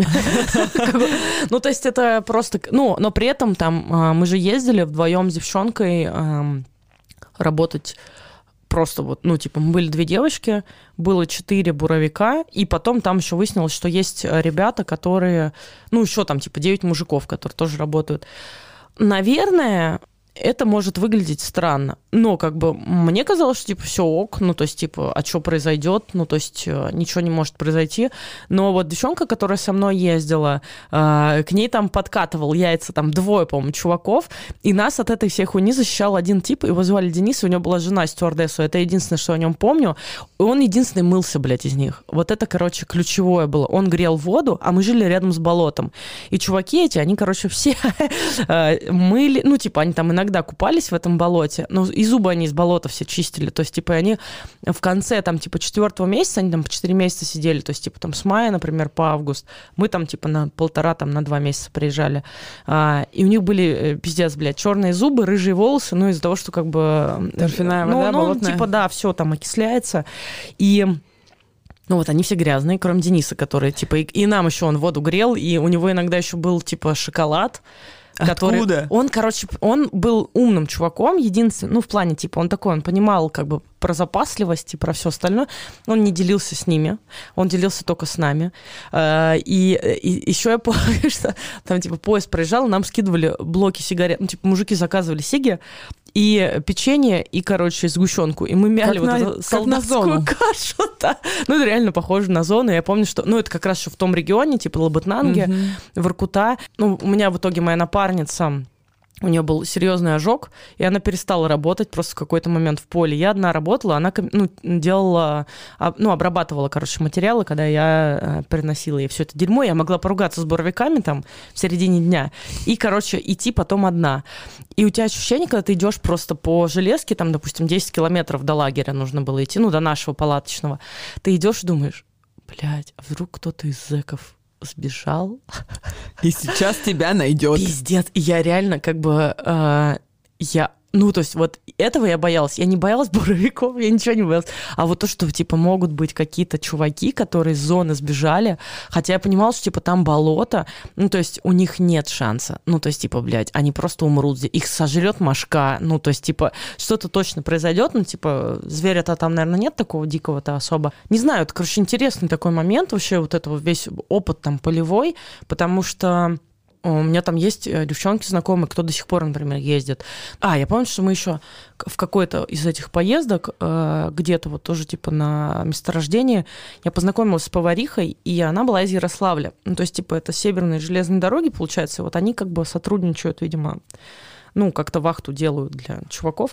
Ну, то есть это просто, ну, но при этом там мы же ездили вдвоем с девчонкой работать просто вот, ну, типа, мы были две девочки, было четыре буровика, и потом там еще выяснилось, что есть ребята, которые, ну, еще там, типа, девять мужиков, которые тоже работают. Наверное, это может выглядеть странно, но как бы мне казалось, что типа все ок, ну то есть типа, а что произойдет, ну то есть ничего не может произойти, но вот девчонка, которая со мной ездила, э, к ней там подкатывал яйца там двое, по-моему, чуваков, и нас от этой всей хуйни защищал один тип, его звали Денис, и у него была жена стюардесса, это единственное, что о нем помню, и он единственный мылся, блядь, из них. Вот это, короче, ключевое было. Он грел воду, а мы жили рядом с болотом, и чуваки эти, они, короче, все мыли, ну типа, они там иногда Иногда купались в этом болоте, но и зубы они из болота все чистили, то есть, типа, они в конце, там, типа, четвертого месяца, они там по четыре месяца сидели, то есть, типа, там, с мая, например, по август, мы там, типа, на полтора, там, на два месяца приезжали, а, и у них были, пиздец, блядь, черные зубы, рыжие волосы, ну, из-за того, что, как бы... Торфяная ну, вода, ну, болотная. типа, да, все там окисляется, и... Ну вот, они все грязные, кроме Дениса, который, типа, и, и нам еще он воду грел, и у него иногда еще был, типа, шоколад, который... Откуда? Он, короче, он был умным чуваком, единственный, ну, в плане, типа, он такой, он понимал, как бы, про запасливость и про все остальное. Он не делился с ними, он делился только с нами. И, и еще я помню, что там, типа, поезд проезжал, нам скидывали блоки сигарет, ну, типа, мужики заказывали сиги, и печенье, и, короче, сгущенку. И мы мяли как вот на, эту солдатскую кашу. Да. Ну, это реально похоже на зону. Я помню, что... Ну, это как раз еще в том регионе, типа Лабытнанге, mm-hmm. Воркута. Ну, у меня в итоге моя напарница... У нее был серьезный ожог, и она перестала работать просто в какой-то момент в поле. Я одна работала, она ну, делала, ну, обрабатывала, короче, материалы, когда я приносила ей все это дерьмо. Я могла поругаться с буровиками там в середине дня и, короче, идти потом одна. И у тебя ощущение, когда ты идешь просто по железке, там, допустим, десять километров до лагеря нужно было идти, ну, до нашего палаточного, ты идешь и думаешь, блядь, а вдруг кто-то из зэков сбежал. И сейчас тебя найдет. Пиздец. Я реально как бы... Э, я... Ну, то есть вот этого я боялась. Я не боялась буровиков, я ничего не боялась. А вот то, что, типа, могут быть какие-то чуваки, которые из зоны сбежали, хотя я понимала, что, типа, там болото, ну, то есть у них нет шанса. Ну, то есть, типа, блядь, они просто умрут. Их сожрет мошка. Ну, то есть, типа, что-то точно произойдет. Ну, типа, зверя-то там, наверное, нет такого дикого-то особо. Не знаю, это, короче, интересный такой момент вообще, вот этого весь опыт там полевой, потому что... У меня там есть девчонки знакомые, кто до сих пор, например, ездит. А, я помню, что мы еще в какой-то из этих поездок, где-то вот тоже типа на месторождении, я познакомилась с поварихой, и она была из Ярославля. Ну, то есть, типа, это северные железные дороги, получается, и вот они как бы сотрудничают, видимо, ну, как-то вахту делают для чуваков.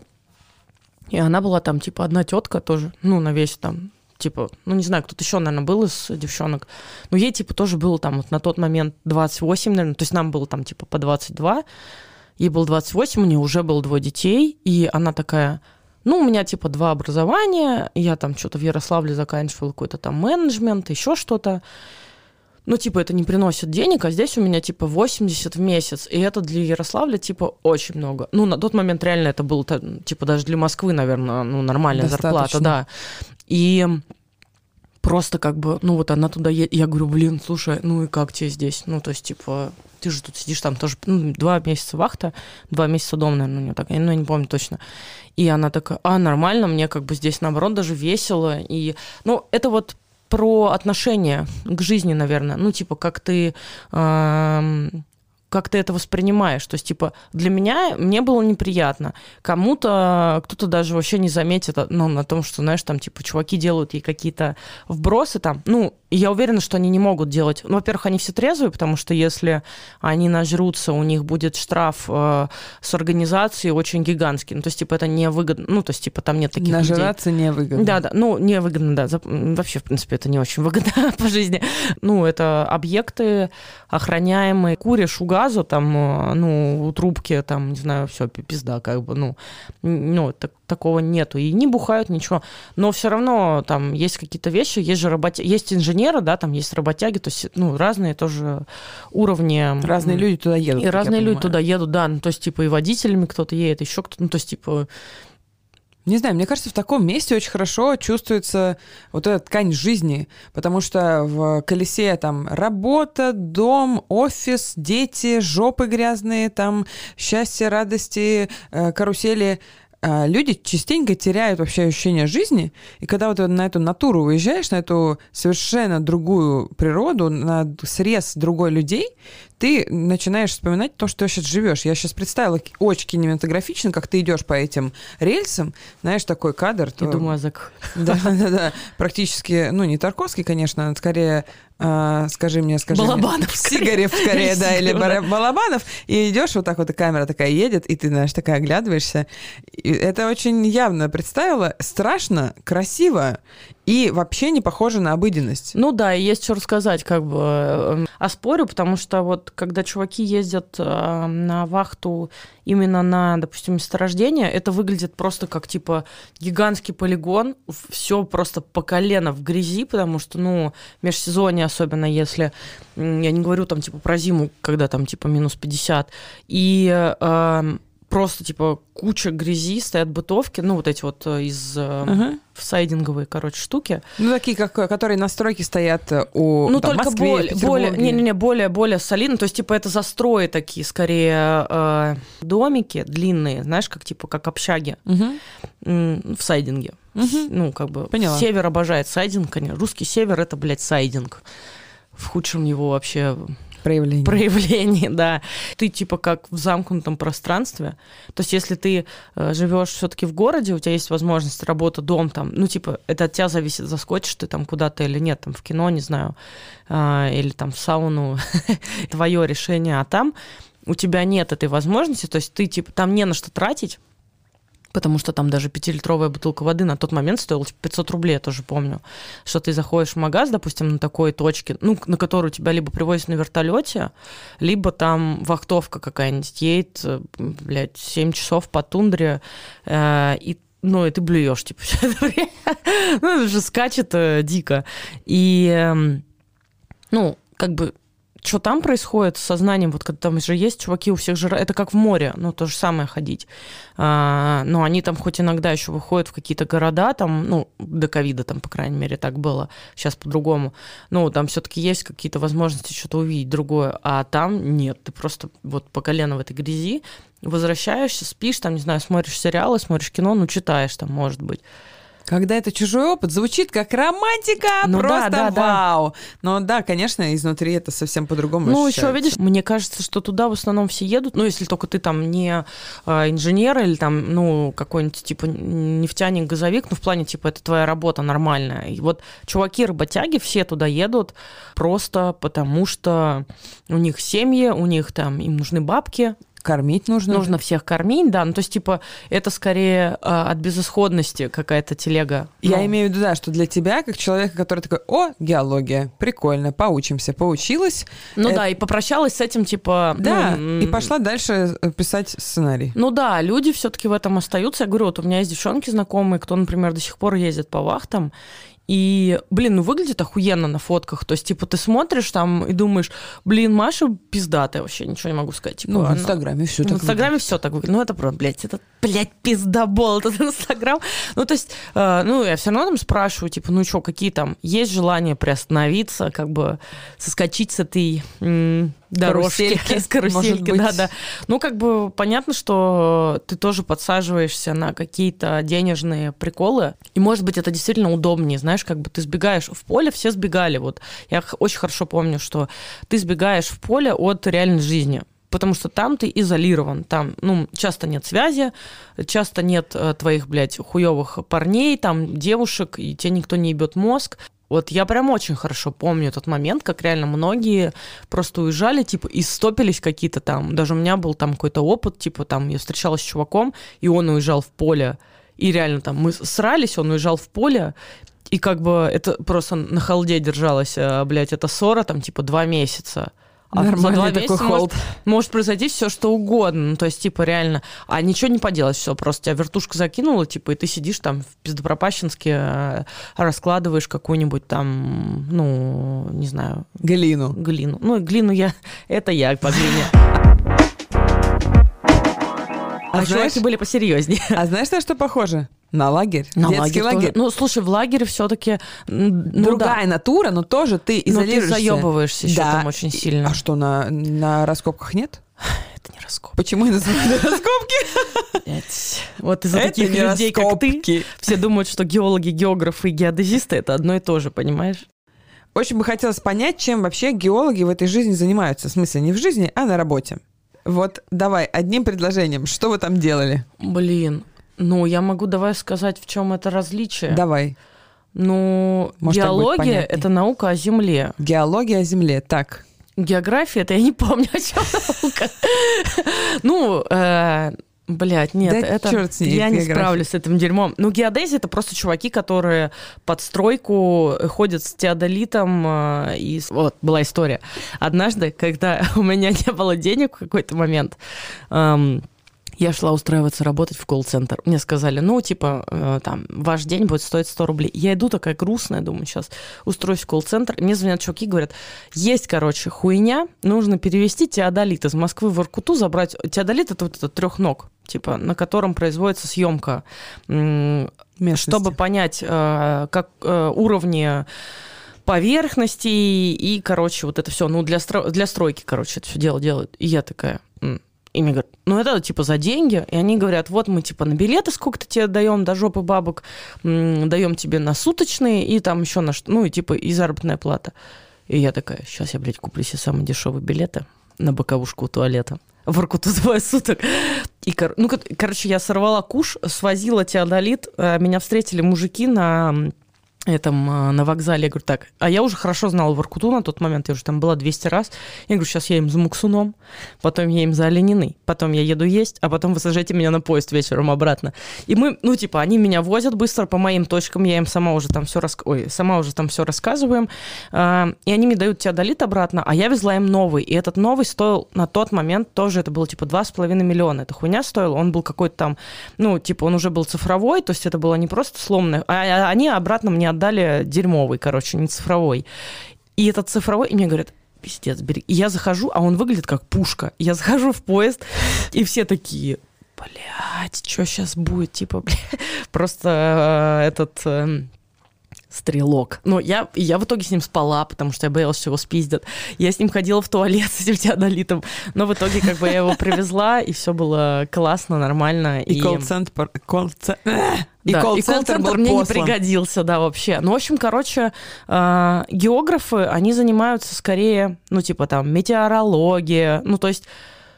И она была там, типа, одна тетка тоже, ну, на весь там... Типа, ну, не знаю, кто-то еще, наверное, был из девчонок. Но ей, типа, тоже было там вот на тот момент двадцать восемь, наверное. То есть нам было там, типа, по двадцать два. Ей было двадцать восемь, у нее уже было двое детей. И она такая, ну, у меня, типа, два образования. Я там что-то в Ярославле заканчивала какой-то там менеджмент, еще что-то. Ну, типа, это не приносит денег, а здесь у меня, типа, восемьдесят в месяц. И это для Ярославля, типа, очень много. Ну, на тот момент реально это было, типа, даже для Москвы, наверное, ну, нормальная зарплата, да. И просто как бы, ну, вот она туда едет. Я говорю, блин, слушай, ну и как тебе здесь? Ну, то есть, типа, ты же тут сидишь, там тоже, ну, два месяца вахта, два месяца дома, наверное, у нее так, ну, я не помню точно. И она такая, а, нормально, мне как бы здесь, наоборот, даже весело. И, ну, это вот про отношение к жизни, наверное. Ну, типа, как ты... Э- как ты это воспринимаешь. То есть, типа, для меня, мне было неприятно. Кому-то, кто-то даже вообще не заметит, ну, на том, что, знаешь, там, типа, чуваки делают ей какие-то вбросы там. Ну, я уверена, что они не могут делать. Ну, во-первых, они все трезвые, потому что если они нажрутся, у них будет штраф э, с организацией очень гигантский. Ну, то есть, типа, это невыгодно. Ну, то есть, типа, там нет таких людей. Нажраться невыгодно. Да, да. Ну, невыгодно, да. Вообще, в принципе, это не очень выгодно по жизни. Ну, это объекты охраняемые. Куришь у газа, там, ну, у трубки, там, не знаю, все, пизда, как бы, ну, ну, так, такого нету. И не бухают, ничего. Но все равно там есть какие-то вещи, есть же работяги, есть инженеры, да, там есть работяги, то есть, ну, разные тоже уровни. Разные люди туда едут. И разные люди туда едут, да, ну, то есть, типа, и водителями кто-то едет, еще кто-то, ну, то есть, типа... Не знаю, мне кажется, в таком месте очень хорошо чувствуется вот эта ткань жизни, потому что в колесе там работа, дом, офис, дети, жопы грязные, там счастье, радости, карусели. а, люди частенько теряют вообще ощущение жизни, и когда вот на эту натуру уезжаешь, на эту совершенно другую природу, на срез другой людей, ты начинаешь вспоминать то, что ты сейчас живешь. Я сейчас представила очень кинематографично, как ты идешь по этим рельсам, знаешь, такой кадр. И думаю, Азак. Да-да-да, практически, ну, не Тарковский, конечно, а скорее, а, скажи мне, скажи Балабанов, мне. Сигарев, скорее, да, или да. Балабанов, и идешь вот так вот, и камера такая едет, и ты, знаешь, такая оглядываешься. И это очень явно представила. Страшно, красиво, и вообще не похоже на обыденность. Ну да, и есть что рассказать, как бы. А спорю, потому что вот когда чуваки ездят э, на вахту именно на, допустим, месторождение, это выглядит просто как, типа, гигантский полигон, все просто по колено в грязи, потому что, ну, межсезонье, особенно если, я не говорю там, типа, про зиму, когда там, типа, минус пятьдесят, и... Э, просто, типа, куча грязи, стоят бытовки, ну, вот эти вот из uh-huh. сайдинговые, короче, штуки. Ну, такие, как, которые на стройке стоят у Ну, там, только Москве, более, более, не-не-не, более, более солидно, то есть, типа, это застрои такие, скорее, э, домики длинные, знаешь, как, типа, как общаги uh-huh. в сайдинге. Uh-huh. Ну, как бы, Поняла. Север обожает сайдинг, конечно. Русский север — это, блядь, сайдинг. В худшем его вообще... Проявление. Проявление, да. Ты типа как в замкнутом пространстве. То есть если ты э, живешь все-таки в городе, у тебя есть возможность работа, дом там, ну типа это от тебя зависит, заскочишь ты там куда-то или нет, там в кино, не знаю, э, или там в сауну, твое решение, а там у тебя нет этой возможности, то есть ты типа там не на что тратить, потому что там даже пятилитровая бутылка воды на тот момент стоила пятьсот рублей, я тоже помню, что ты заходишь в магаз, допустим, на такой точке, ну, на которую тебя либо привозят на вертолете, либо там вахтовка какая-нибудь едет, блядь, семь часов по тундре, э, и ну, и ты блюешь, типа, все это время. Ну, это же скачет э, дико. И, э, ну, как бы, что там происходит с сознанием, вот когда там же есть чуваки, у всех же, это как в море, ну, то же самое ходить. А, но они там хоть иногда еще выходят в какие-то города, там, ну, до ковида там, по крайней мере, так было, сейчас по-другому. Ну, там все-таки есть какие-то возможности что-то увидеть другое, а там нет, ты просто вот по колено в этой грязи, возвращаешься, спишь, там, не знаю, смотришь сериалы, смотришь кино, ну, читаешь там, может быть. Когда это чужой опыт, звучит как романтика, ну, просто да, да, вау. Да. Но да, конечно, изнутри это совсем по-другому Ну, ощущается. еще, видишь, мне кажется, что туда в основном все едут, ну, если только ты там не а, инженер или там, ну, какой-нибудь, типа, нефтяник, газовик, ну, в плане, типа, это твоя работа нормальная. И вот чуваки-работяги все туда едут просто потому, что у них семьи, у них там, им нужны бабки, Кормить нужно. Нужно всех кормить, да. Ну, то есть, типа, это скорее а, от безысходности какая-то телега. Я ну. имею в виду, да, что для тебя, как человека, который такой, о, геология, прикольно, поучимся, поучилась. Ну это... да, и попрощалась с этим, типа... Да, ну, и пошла дальше писать сценарий. Ну да, люди все-таки в этом остаются. Я говорю, вот у меня есть девчонки знакомые, кто, например, до сих пор ездит по вахтам, и, блин, ну выглядит охуенно на фотках. То есть, типа, ты смотришь там и думаешь, блин, Маша пиздатая вообще, ничего не могу сказать. Типа, ну, в она... Инстаграме все так выглядит. В Инстаграме все так выглядит. Ну, это просто, блядь, это, блядь, пиздобол, этот Инстаграм. Ну, то есть, э, ну, я все равно там спрашиваю, типа, ну что, какие там, есть желание приостановиться, как бы соскочить с этой... М- дорожки, карусельки, с карусельки, да-да. Ну, как бы понятно, что ты тоже подсаживаешься на какие-то денежные приколы, и, может быть, это действительно удобнее, знаешь, как бы ты сбегаешь в поле, все сбегали, вот. Я очень хорошо помню, что ты сбегаешь в поле от реальной жизни, потому что там ты изолирован, там, ну, часто нет связи, часто нет э, твоих, блядь, хуёвых парней, там, девушек, и тебе никто не ебет мозг. Вот я прям очень хорошо помню тот момент, как реально многие просто уезжали, типа, и стопились какие-то там. Даже у меня был там какой-то опыт, типа, там, я встречалась с чуваком, и он уезжал в поле, и реально там мы срались, он уезжал в поле, и как бы это просто на халде держалось, блядь, это ссора, там, типа, два месяца. А нормальный такой холд. Может, может произойти все что угодно. Ну, то есть, типа, реально. А ничего не поделать, все. Просто тебя вертушка закинула, типа, и ты сидишь там в пиздопропащенске, раскладываешь какую-нибудь там, ну, не знаю... Глину. Глину. Ну, глину я... Это я по глине. А, а чуваки были посерьезнее. А знаешь, на что похоже? На лагерь. На детский лагерь. лагерь. Ну, слушай, в лагере все-таки ну, другая да. натура, но тоже ты изолируешься. Но ты заебываешься еще да. там очень сильно. А что, на, на раскопках нет? это не раскопки. Почему это называют раскопки? Блять. Вот из-за таких людей, как ты, все думают, что геологи, географы и геодезисты — это одно и то же, понимаешь? Очень бы хотелось понять, чем вообще геологи в этой жизни занимаются. В смысле, не в жизни, а на работе. Вот давай, одним предложением, что вы там делали? Блин, ну я могу давай сказать, в чем это различие. Давай. Ну, Может, геология — это наука о Земле. Геология о Земле, так. География — это я не помню, о чем наука. Ну, блядь, нет, да это черт с ней, я не география. справлюсь с этим дерьмом. Ну, геодезия — это просто чуваки, которые под стройку ходят с теодолитом. И вот была история. Однажды, когда у меня не было денег в какой-то момент, эм, я шла устраиваться работать в колл-центр. Мне сказали, ну, типа, э, там, ваш день будет стоить сто рублей. Я иду такая грустная, думаю, сейчас устроюсь в колл-центр. Мне звонят чуваки, говорят, есть, короче, хуйня, нужно перевести теодолит из Москвы в Воркуту, забрать... Теодолит — это вот этот трехног, типа, на котором производится съемка, м- чтобы понять, э, как э, уровни поверхности и, короче, вот это все. Ну, для, стро... для стройки, короче, это все дело делают. И я такая... М- И мне говорят, ну это типа за деньги. И они говорят, вот мы типа на билеты сколько-то тебе даем, до жопы бабок, м- даем тебе на суточные и там еще на что, ну и типа и заработная плата. И я такая, сейчас я, блядь, куплю себе самые дешевые билеты на боковушку у туалета. В Воркуту двое суток. И, кор... ну, короче, я сорвала куш, свозила теодолит, меня встретили мужики на... этом, на вокзале. Я говорю, так, а я уже хорошо знала Воркуту на тот момент, я уже там была двести раз. Я говорю, сейчас я им за Муксуном, потом я им за Олениной, потом я еду есть, а потом вы сажаете меня на поезд вечером обратно. И мы, ну, типа, они меня возят быстро по моим точкам, я им сама уже там все рас... Ой, сама уже там все рассказываем, и они мне дают теодолит обратно, а я везла им новый, и этот новый стоил на тот момент тоже, это было, типа, два с половиной миллиона. Эта хуйня стоила, он был какой-то там, ну, типа, он уже был цифровой, то есть это было не просто сломанное, а они обратно мне отдали дерьмовый, короче, не цифровой. И этот цифровой, и мне говорят, пиздец, бери. И я захожу, а он выглядит как пушка. Я захожу в поезд, и все такие, блядь, что сейчас будет? Типа, блядь, просто э, этот... Э, стрелок. Но я, я в итоге с ним спала, потому что я боялась, что его спиздят. Я с ним ходила в туалет с этим теодолитом, но в итоге как бы я его привезла, и все было классно, нормально. И, и... колл-центр... колл-центр... И да, колл-центр, и колл-центр мне послан. Не пригодился, да, вообще. Ну, в общем, короче, э, географы, они занимаются скорее, ну, типа там, метеорология, ну, то есть...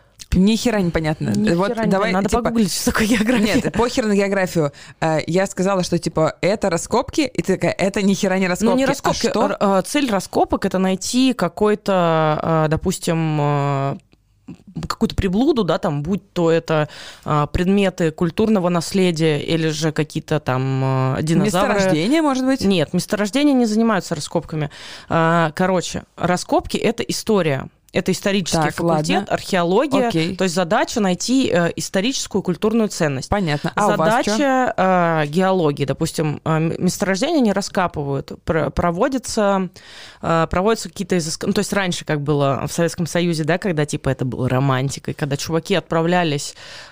Ни хера непонятно. Ни вот хера давай, надо типа... погуглить, что такое география. Нет, похер на географию. Я сказала, что типа это раскопки, и ты такая, это ни хера не раскопки. Ну, не раскопки. А что? Цель раскопок — это найти какой-то, допустим, какую-то приблуду, да, там, будь то это а, предметы культурного наследия или же какие-то там а, динозавры. Месторождения, может быть? Нет, месторождения не занимаются раскопками. А, короче, раскопки — это история. Это исторический так, факультет, ладно. Археология. Окей. То есть задача найти э, историческую культурную ценность. Понятно. А задача у вас э, геологии. Допустим, э, месторождения не раскапывают. Про- проводятся, э, проводятся какие-то изыскания. Ну, то есть раньше, как было в Советском Союзе, да, когда типа это было романтикой, когда чуваки отправлялись...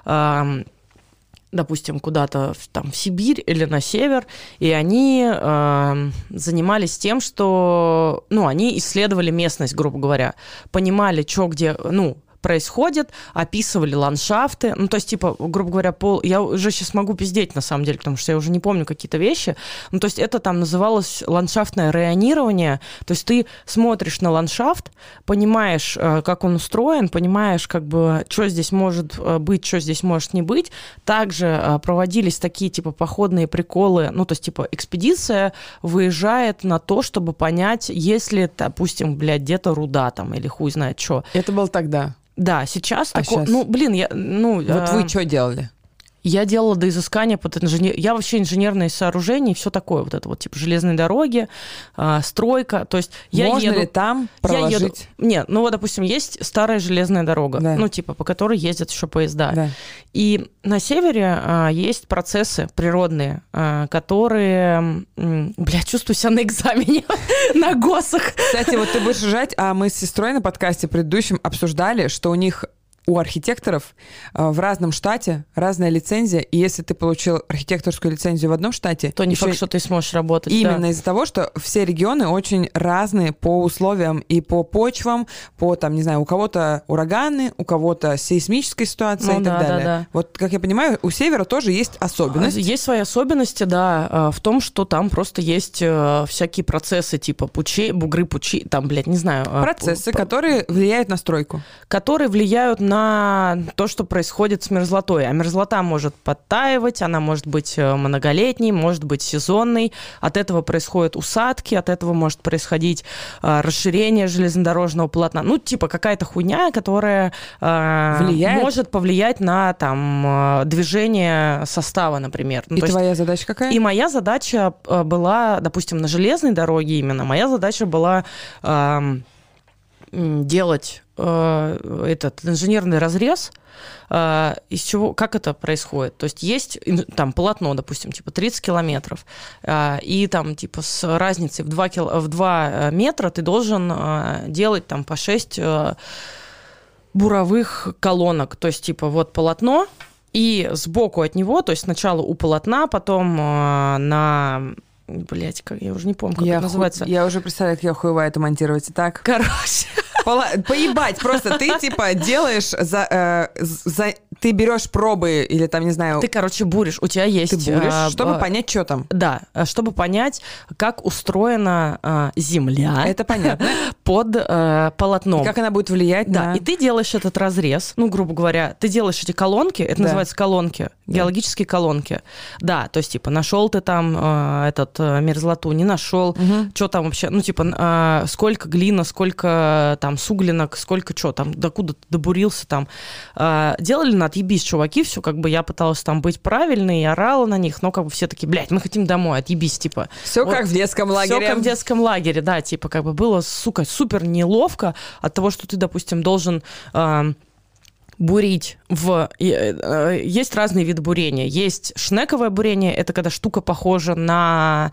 Э, допустим, куда-то там в Сибирь или на север, и они э, занимались тем, что, ну, они исследовали местность, грубо говоря, понимали, что где, ну, происходит, описывали ландшафты, ну, то есть, типа, грубо говоря, пол... я уже сейчас могу пиздеть, на самом деле, потому что я уже не помню какие-то вещи, ну, то есть, это там называлось ландшафтное районирование, то есть, ты смотришь на ландшафт, понимаешь, как он устроен, понимаешь, как бы, что здесь может быть, что здесь может не быть, также проводились такие, типа, походные приколы, ну, то есть, типа, экспедиция выезжает на то, чтобы понять, есть ли, допустим, блядь, где-то руда там, или хуй знает что. Это было тогда? Да, сейчас а такое... Сейчас? Ну, блин, я... Ну, вот э, вы что делали? Я делала до изыскания под инженер... Я вообще инженерные сооружения и все такое. Вот это вот, типа, железные дороги, э, стройка. То есть я Можно еду... ли там проложить? Я еду... Нет, ну вот, допустим, есть старая железная дорога, да. ну, типа, по которой ездят еще поезда. Да. И на севере э, есть процессы природные, э, которые... Э, бля, чувствую себя на экзамене на ГОСах. Кстати, вот ты будешь ржать, а мы с сестрой на подкасте предыдущем обсуждали, что у них у архитекторов в разном штате разная лицензия, и если ты получил архитекторскую лицензию в одном штате... То не факт, что ты сможешь работать. Именно да. из-за того, что все регионы очень разные по условиям и по почвам, по, там, не знаю, у кого-то ураганы, у кого-то сейсмическая ситуация ну, и так да, далее. Да, да. Вот, как я понимаю, у севера тоже есть особенности. Есть свои особенности, да, в том, что там просто есть всякие процессы, типа пучей, бугры пучи, там, блядь, не знаю... Процессы, по... которые влияют на стройку. Которые влияют на на то, что происходит с мерзлотой. А мерзлота может подтаивать, она может быть многолетней, может быть сезонной. От этого происходят усадки, от этого может происходить э, расширение железнодорожного полотна. Ну, типа какая-то хуйня, которая э, влияет. Может повлиять на там, движение состава, например. Ну, и твоя есть, задача какая? И моя задача была, допустим, на железной дороге именно, моя задача была э, делать э, этот инженерный разрез, э, из чего, как это происходит. То есть есть там полотно, допустим, типа тридцать километров, э, и там типа с разницей в два, кил... в два метра ты должен э, делать там по шесть э, буровых колонок. То есть типа вот полотно, и сбоку от него, то есть сначала у полотна, потом э, на... Блять, как я уже не помню, как я это называется. Ху... Я уже представляю, как я хуевая это монтировать. Итак. Короче. Пола... Поебать, просто ты типа делаешь, за, э, за... ты берешь пробы или там, не знаю... Ты, короче, буришь, у тебя есть... Ты буришь, а, чтобы а, понять, что там. Да, чтобы понять, как устроена а, земля. Это понятно. Под а, полотном. И как она будет влиять да, на... и ты делаешь этот разрез, ну, грубо говоря, ты делаешь эти колонки, это да. называется колонки, да. геологические колонки. Да, то есть, типа, нашел ты там а, этот а, мерзлоту, не нашел, угу. что там вообще, ну, типа, а, сколько глина, сколько там суглинок, сколько что там, докуда ты добурился там. А, делали на отъебись чуваки, все, как бы я пыталась там быть правильной и орала на них, но как бы все такие, блядь, мы хотим домой, отъебись, типа. Все вот, как в детском лагере. Все как в детском лагере, да, типа, как бы было, сука, супер неловко от того, что ты, допустим, должен... А, бурить в... Есть разные виды бурения. Есть шнековое бурение, это когда штука похожа на...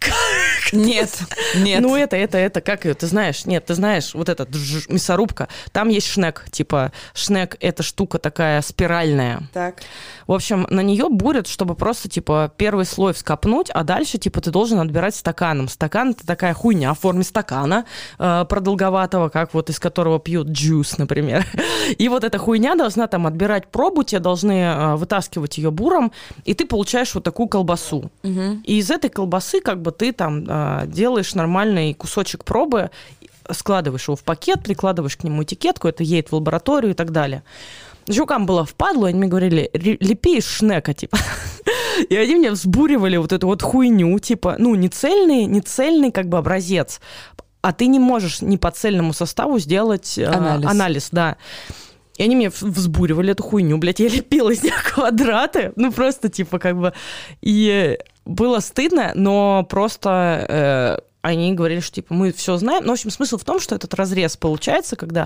Нет, нет. Ну, это, это, это, как ее, ты знаешь? Нет, ты знаешь, вот эта мясорубка, там есть шнек, типа, шнек — это штука такая спиральная. Так. В общем, на нее бурят, чтобы просто, типа, первый слой вскопнуть, а дальше, типа, ты должен отбирать стаканом. Стакан — это такая хуйня в форме стакана э, продолговатого, как вот из которого пьют джус, например. И вот эта хуйня должна там отбирать пробу, тебе должны э, вытаскивать ее буром, и ты получаешь вот такую колбасу. Угу. И из этой колбасы, как бы, ты там э, делаешь нормальный кусочек пробы, складываешь его в пакет, прикладываешь к нему этикетку, это едет в лабораторию и так далее. Жукам было впадло, они мне говорили, лепи из шнека, типа. И они мне взбуривали вот эту вот хуйню, типа, ну, не цельный, не цельный как бы образец, а ты не можешь ни по цельному составу сделать анализ, а, анализ да. И они мне взбуривали эту хуйню, блядь, я лепила из них квадраты, ну, просто, типа, как бы, и было стыдно, но просто... Э, они говорили, что, типа, мы все знаем. Ну, в общем, смысл в том, что этот разрез получается, когда...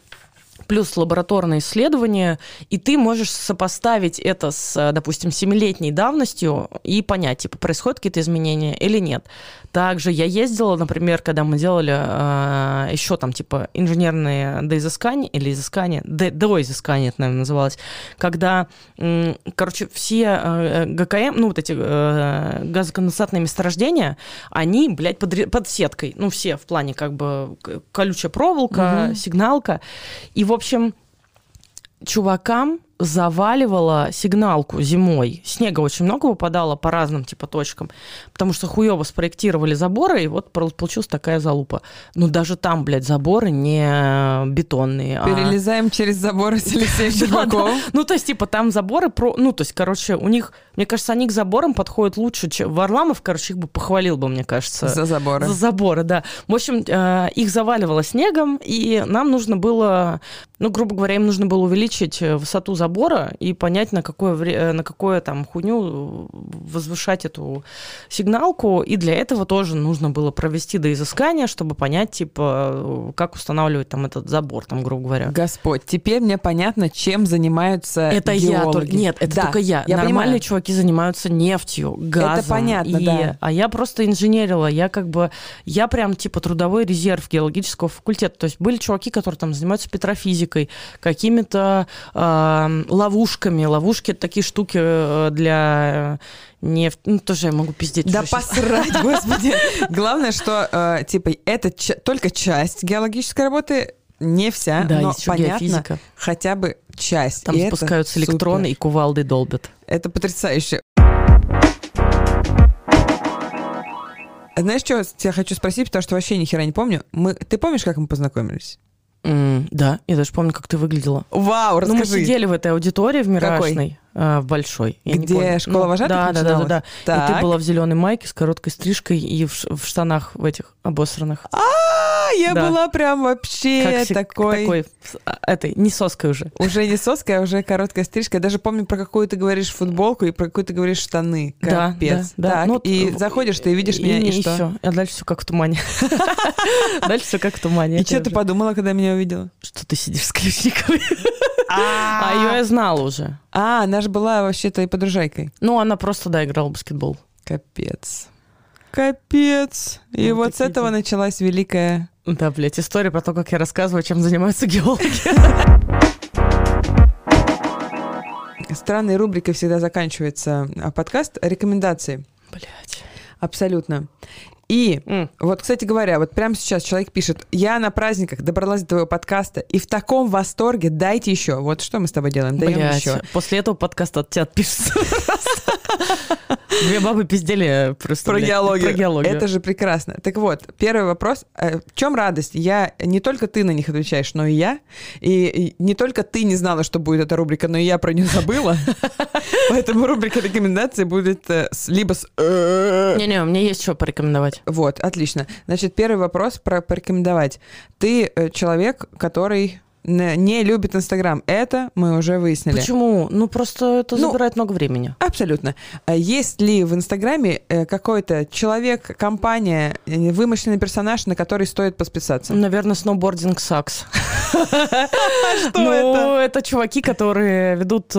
плюс лабораторные исследования, и ты можешь сопоставить это с, допустим, семилетней давностью и понять, типа, происходят какие-то изменения или нет. Также я ездила, например, когда мы делали э, еще там, типа, инженерные доизыскания, или изыскания, до, доизыскания это, наверное, называлось, когда, э, короче, все э, ГКМ, ну, вот эти э, газоконденсатные месторождения, они, блядь, под, под сеткой, ну, все в плане, как бы, колючая проволока, угу. сигналка, и, в общем, чувакам заваливало сигналку зимой. Снега очень много выпадало по разным типа точкам, потому что хуёво спроектировали заборы, и вот получилась такая залупа. Но даже там, блядь, заборы не бетонные. Перелезаем а... через заборы с Алексеем Щербаковым. Ну, то есть, типа, там заборы... про, Ну, то есть, короче, у них... Мне кажется, они к заборам подходят лучше, чем... Варламов, короче, их бы похвалил бы, мне кажется. За заборы. За заборы, да. В общем, их заваливало снегом, и нам нужно было... Ну, грубо говоря, им нужно было увеличить высоту забора забора и понять, на какое, вре- на какое там хуйню возвышать эту сигналку. И для этого тоже нужно было провести доизыскание, чтобы понять, типа, как устанавливать там этот забор, там, грубо говоря. Господь, теперь мне понятно, чем занимаются это геологи. Я только... Нет, это да, только я. я Нормальные понимаю. чуваки занимаются нефтью, газом. Это понятно, и... да. А я просто инженерила. Я как бы... Я прям, типа, трудовой резерв геологического факультета. То есть были чуваки, которые там занимаются петрофизикой, какими-то э, ловушками. Ловушки — это такие штуки для нефти. Ну, тоже я могу пиздеть. Да посрать, господи. Главное, что, э, типа, это ч- только часть геологической работы, не вся, да, но есть еще понятно, геофизика. Хотя бы часть. Там и спускаются электроны супер. И кувалдой долбят. Это потрясающе. Знаешь, что я хочу спросить, потому что вообще ни хера не помню. Мы... Ты помнишь, как мы познакомились? Mm, да, я даже помню, как ты выглядела. Вау, расскажи. Ну, мы сидели в этой аудитории в Мирашной, э, в большой. Я Где школа ну, вожатых да, да, да, да, да. Так. И ты была в зеленой майке с короткой стрижкой и в, в штанах в этих обосранных. А, я да. была прям вообще как такой... такой... Этой, не соской уже. Уже не соска, а уже короткая стрижка. Я даже помню, про какую ты говоришь футболку и про какую ты говоришь штаны. Капец. Да, да, так, да. Ну, и вот, заходишь, ты видишь и, меня, и, и что? Все. А дальше все как в тумане. Дальше все как в тумане. И что ты подумала, когда меня увидела? Что ты сидишь с ключниками. А ее я знала уже. А, она же была вообще-то и подружайкой. Ну, она просто, да, играла в баскетбол. Капец. Капец. И вот с этого началась великая... Да, блядь, история про то, как я рассказываю, чем занимаются геологи. Странной рубрикой всегда заканчивается подкаст «Рекомендации». Блядь. Абсолютно. И mm. вот, кстати говоря, вот прямо сейчас человек пишет: я на праздниках добралась до твоего подкаста и в таком восторге, дайте еще. Вот что мы с тобой делаем? Даем Блядь, еще. После этого подкаста от тебя отпишется. Две бабы пиздели просто. Про геологию. Про геологию. Это же прекрасно. Так вот, первый вопрос. В чем радость? Я, не только ты на них отвечаешь, но и я. И не только ты не знала, что будет эта рубрика, но и я про нее забыла. Поэтому рубрика рекомендаций будет либо с... Не-не, мне есть что порекомендовать. Вот, отлично. Значит, первый вопрос про порекомендовать. Ты человек, который... не любит Инстаграм. Это мы уже выяснили. Почему? Ну, просто это ну, забирает много времени. Абсолютно. Есть ли в Инстаграме какой-то человек, компания, вымышленный персонаж, на который стоит подписаться? Наверное, Snowboarding Sucks. Что это? Ну, это чуваки, которые ведут,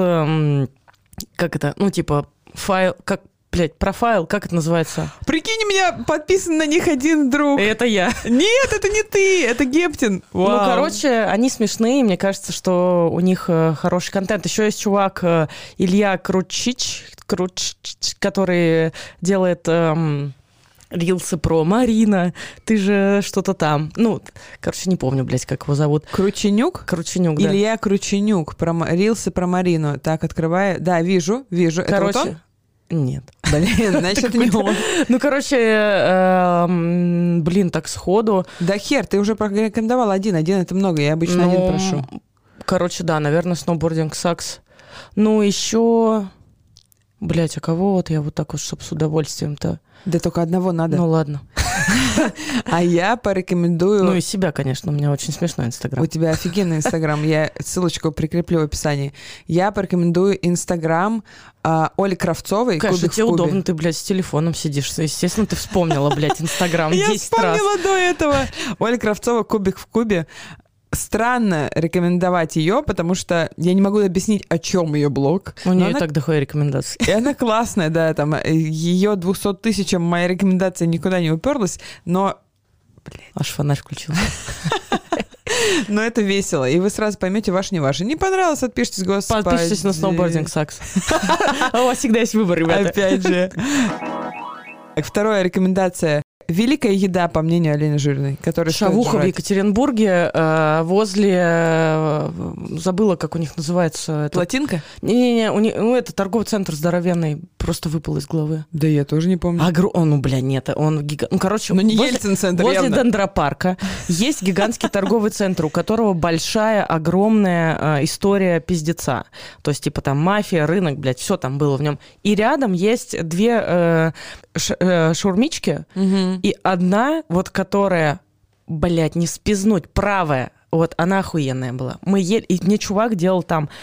как это, ну, типа, файл, как Блять, профайл, как это называется? Прикинь, у меня подписан на них один друг. Это я. Нет, это не ты, это Гептин. Вау. Ну, короче, они смешные, мне кажется, что у них э, хороший контент. Еще есть чувак э, Илья Кручич, Кручич, который делает... Эм, рилсы про Марина, ты же что-то там. Ну, короче, не помню, блядь, как его зовут. Крученюк? Крученюк, да. Илья Крученюк, про, рилсы про Марину. Так, открываю. Да, вижу, вижу. Короче, это вот он? Нет. Блин, значит, это не он. Ну, короче, блин, так сходу. Да хер, ты уже порекомендовал один. Один — это много, я обычно один прошу. Короче, да, наверное, Snowboarding Sucks. Ну, еще... Блять, а кого вот я вот так вот, чтобы с удовольствием-то... Да только одного надо. Ну, ладно. А я порекомендую... Ну, и себя, конечно, у меня очень смешной Инстаграм. У тебя офигенный Инстаграм, я ссылочку прикреплю в описании. Я порекомендую Инстаграм а, Оли Кравцовой. Конечно, тебе удобно, ты, блядь, с телефоном сидишь. Естественно, ты вспомнила, блядь, Инстаграм десять раз. Я вспомнила до этого. Оля Кравцова «Кубик в кубе». Странно рекомендовать ее, потому что я не могу объяснить, о чем ее блог. У нее она... так доходит рекомендаций. И она классная, да, там ее двести тысячам моя рекомендация никуда не уперлась, но... Блин. Аж фонарь включил. Но это весело, и вы сразу поймете, ваш не ваш. Не понравилось, отпишитесь, господи. Подпишитесь на Snowboarding Sucks. А у вас всегда есть выбор, ребята. Опять же. Вторая рекомендация. Великая еда, по мнению Алены Жирной, которая шавуха в Екатеринбурге э, возле... Э, забыла, как у них называется. Плотинка? Не-не-не, у них, ну, это торговый центр здоровенный, просто выпал из головы. Да я тоже не помню. Агро... О, ну, бля, нет, он гига... Ну, короче, ну, не возле, Ельцин-центр, возле явно. Дендропарка есть гигантский торговый центр, у которого большая, огромная э, история пиздеца. То есть, типа, там мафия, рынок, блядь, все там было в нем. И рядом есть две э, ш, э, шаурмички, угу. И одна, вот которая, блядь, не спизнуть, правая, вот она охуенная была. Мы ели, и мне чувак делал там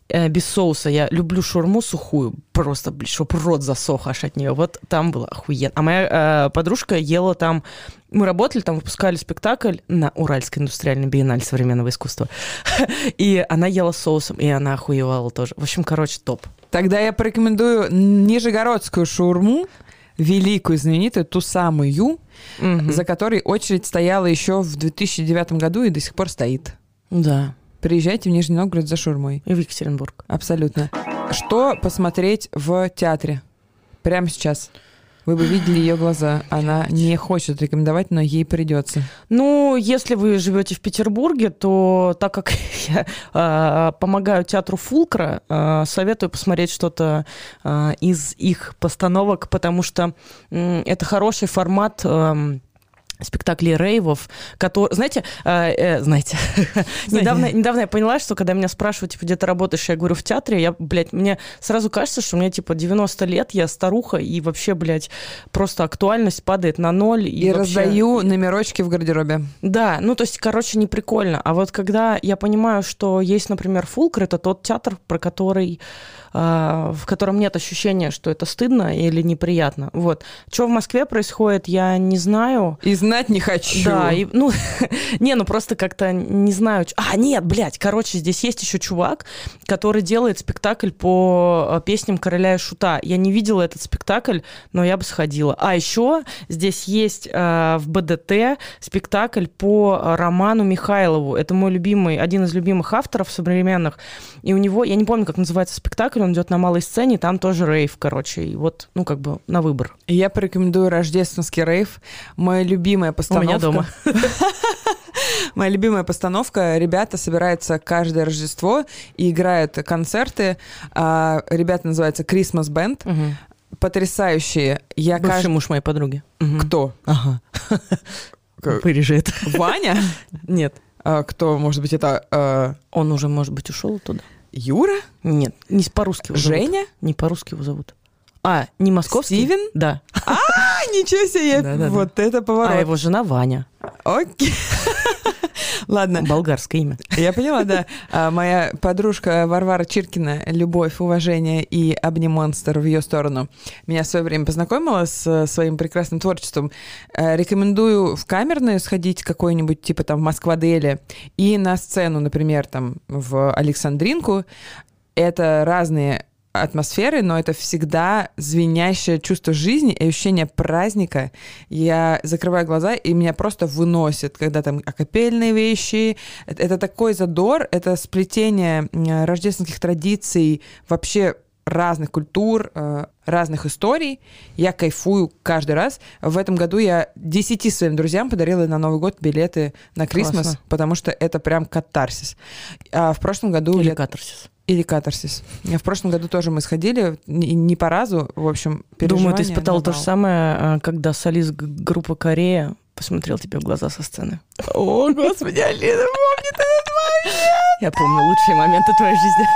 э, без соуса. Я люблю шаурму сухую, просто, блин, чтоб рот засох аж от нее. Вот там было охуенно. А моя э, подружка ела там... Мы работали, там выпускали спектакль на Уральской индустриальной биеннале современного искусства. И она ела соусом, и она охуевала тоже. В общем, короче, топ. Тогда я порекомендую нижегородскую шаурму, великую, знаменитую, ту самую, mm-hmm. за которой очередь стояла еще в две тысячи девятом году и до сих пор стоит. Да. Приезжайте в Нижний Новгород за шаурмой. И в Екатеринбург. Абсолютно. Что посмотреть в театре прямо сейчас? Вы бы видели ее глаза. Она не хочет рекомендовать, но ей придется. Ну, если вы живете в Петербурге, то так как я э, помогаю театру Фулкра, э, советую посмотреть что-то э, из их постановок, потому что э, это хороший формат... Э, спектаклей рейвов, которые, знаете, э, э, знаете, недавно, недавно я поняла, что когда меня спрашивают, типа, где ты работаешь, я говорю, в театре, я, блядь, мне сразу кажется, что мне, типа, девяносто лет, я старуха, и вообще, блядь, просто актуальность падает на ноль. И, и вообще... раздаю номерочки в гардеробе. Да, ну, то есть, короче, не прикольно. А вот когда я понимаю, что есть, например, Фулкр, это тот театр, про который... в котором нет ощущения, что это стыдно или неприятно. Вот. Что в Москве происходит, я не знаю. И знать не хочу. Да, и, ну, не, ну просто как-то не знаю. А, нет, блядь, короче, здесь есть еще чувак, который делает спектакль по песням Короля и Шута. Я не видела этот спектакль, но я бы сходила. А еще здесь есть э, в БДТ спектакль по Роману Михайлову. Это мой любимый, один из любимых авторов современных. И у него, я не помню, как называется спектакль, он идет на малой сцене, там тоже рейв, короче, и вот, ну, как бы на выбор. Я порекомендую рождественский рейв. Моя любимая постановка. У меня дома. Моя любимая постановка. Ребята собираются каждое Рождество и играют концерты. Ребята называются Christmas Band. Угу. Потрясающие. Я Бывший кажд... муж моей подруги. Угу. Кто? Ага. Вырежи это. Ваня? Нет. А, кто, может быть, это... А... Он уже, может быть, ушел оттуда. Юра? Нет, не по-русски его зовут. Женя? Не по-русски его зовут. А, не московский? Стивен? Да. А, ничего себе! Вот это поворот. А его жена Ваня. Окей. Ладно. Болгарское имя. Я поняла, да. А, моя подружка Варвара Чиркина, любовь, уважение и обнимонстр в ее сторону, меня в свое время познакомила с своим прекрасным творчеством. А, рекомендую в камерную сходить какой-нибудь, типа там в Москваделе, и на сцену, например, там в Александринку. Это разные атмосферы, но это всегда звенящее чувство жизни и ощущение праздника. Я закрываю глаза, и меня просто выносит, когда там акапельные вещи. Это, это такой задор, это сплетение рождественских традиций, вообще разных культур, разных историй. Я кайфую каждый раз. В этом году я десяти своим друзьям подарила на Новый год билеты на Крисмас, потому что это прям катарсис. А в прошлом году... Или я... катарсис. Или катарсис. В прошлом году тоже мы сходили, не, не по разу, в общем, переживания. Думаю, ты испытал то же самое, когда солист группы «Корея» посмотрел тебе в глаза со сцены. О, господи, Алина, помнит этот момент! Я помню лучшие моменты твоей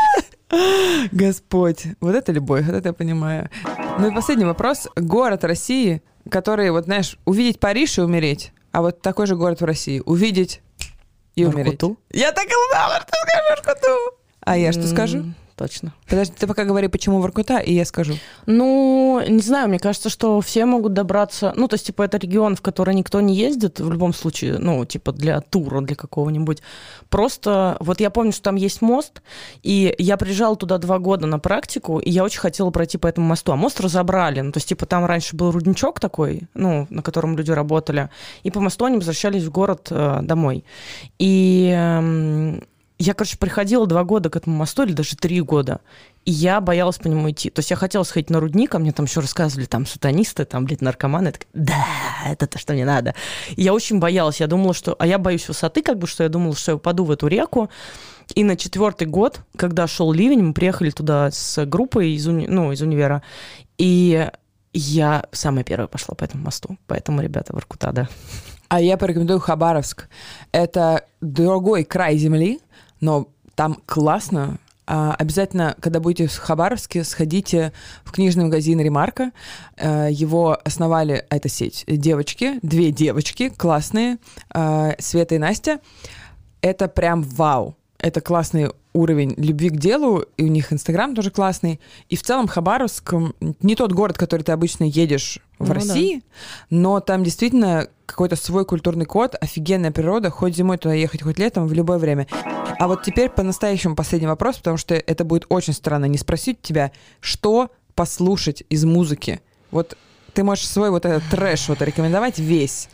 жизни. Господь, вот это любовь, вот это я понимаю. Ну и последний вопрос. Город России, который, вот знаешь, увидеть Париж и умереть, а вот такой же город в России. Увидеть и умереть. Воркуту? Я так и знала, что ты скажешь Воркуту. А я что скажу? Точно. Подожди, ты пока говори, почему Воркута, и я скажу. Ну, не знаю, мне кажется, что все могут добраться... Ну, то есть, типа, это регион, в который никто не ездит, в любом случае, ну, типа, для тура, для какого-нибудь. Просто, вот я помню, что там есть мост, и я приезжала туда два года на практику, и я очень хотела пройти по этому мосту. А мост разобрали. Ну, то есть, типа, там раньше был рудничок такой, ну, на котором люди работали, и по мосту они возвращались в город э, домой. И... Э, Я, короче, приходила два года к этому мосту, или даже три года, и я боялась по нему идти. То есть я хотела сходить на рудник, а мне там еще рассказывали, там, сатанисты, там, блядь, наркоманы. Я такая, да, это то, что мне надо. И я очень боялась, я думала, что... А я боюсь высоты, как бы, что я думала, что я упаду в эту реку. И на четвертый год, когда шел ливень, мы приехали туда с группой из, уни... ну, из универа, и я самая первая пошла по этому мосту. Поэтому, ребята, Воркута, да. А я порекомендую Хабаровск. Это другой край земли, но там классно. А, обязательно, когда будете в Хабаровске, сходите в книжный магазин «Ремарка». А, его основали, это сеть, девочки, две девочки классные, а, Света и Настя. Это прям вау. это классный уровень любви к делу, и у них Инстаграм тоже классный. И в целом Хабаровск не тот город, который ты обычно едешь в Ну, России, да. но там действительно какой-то свой культурный код, офигенная природа, хоть зимой туда ехать, хоть летом, в любое время. А вот теперь по-настоящему последний вопрос, потому что это будет очень странно не спросить тебя, что послушать из музыки. Вот ты можешь свой вот этот трэш вот рекомендовать весь.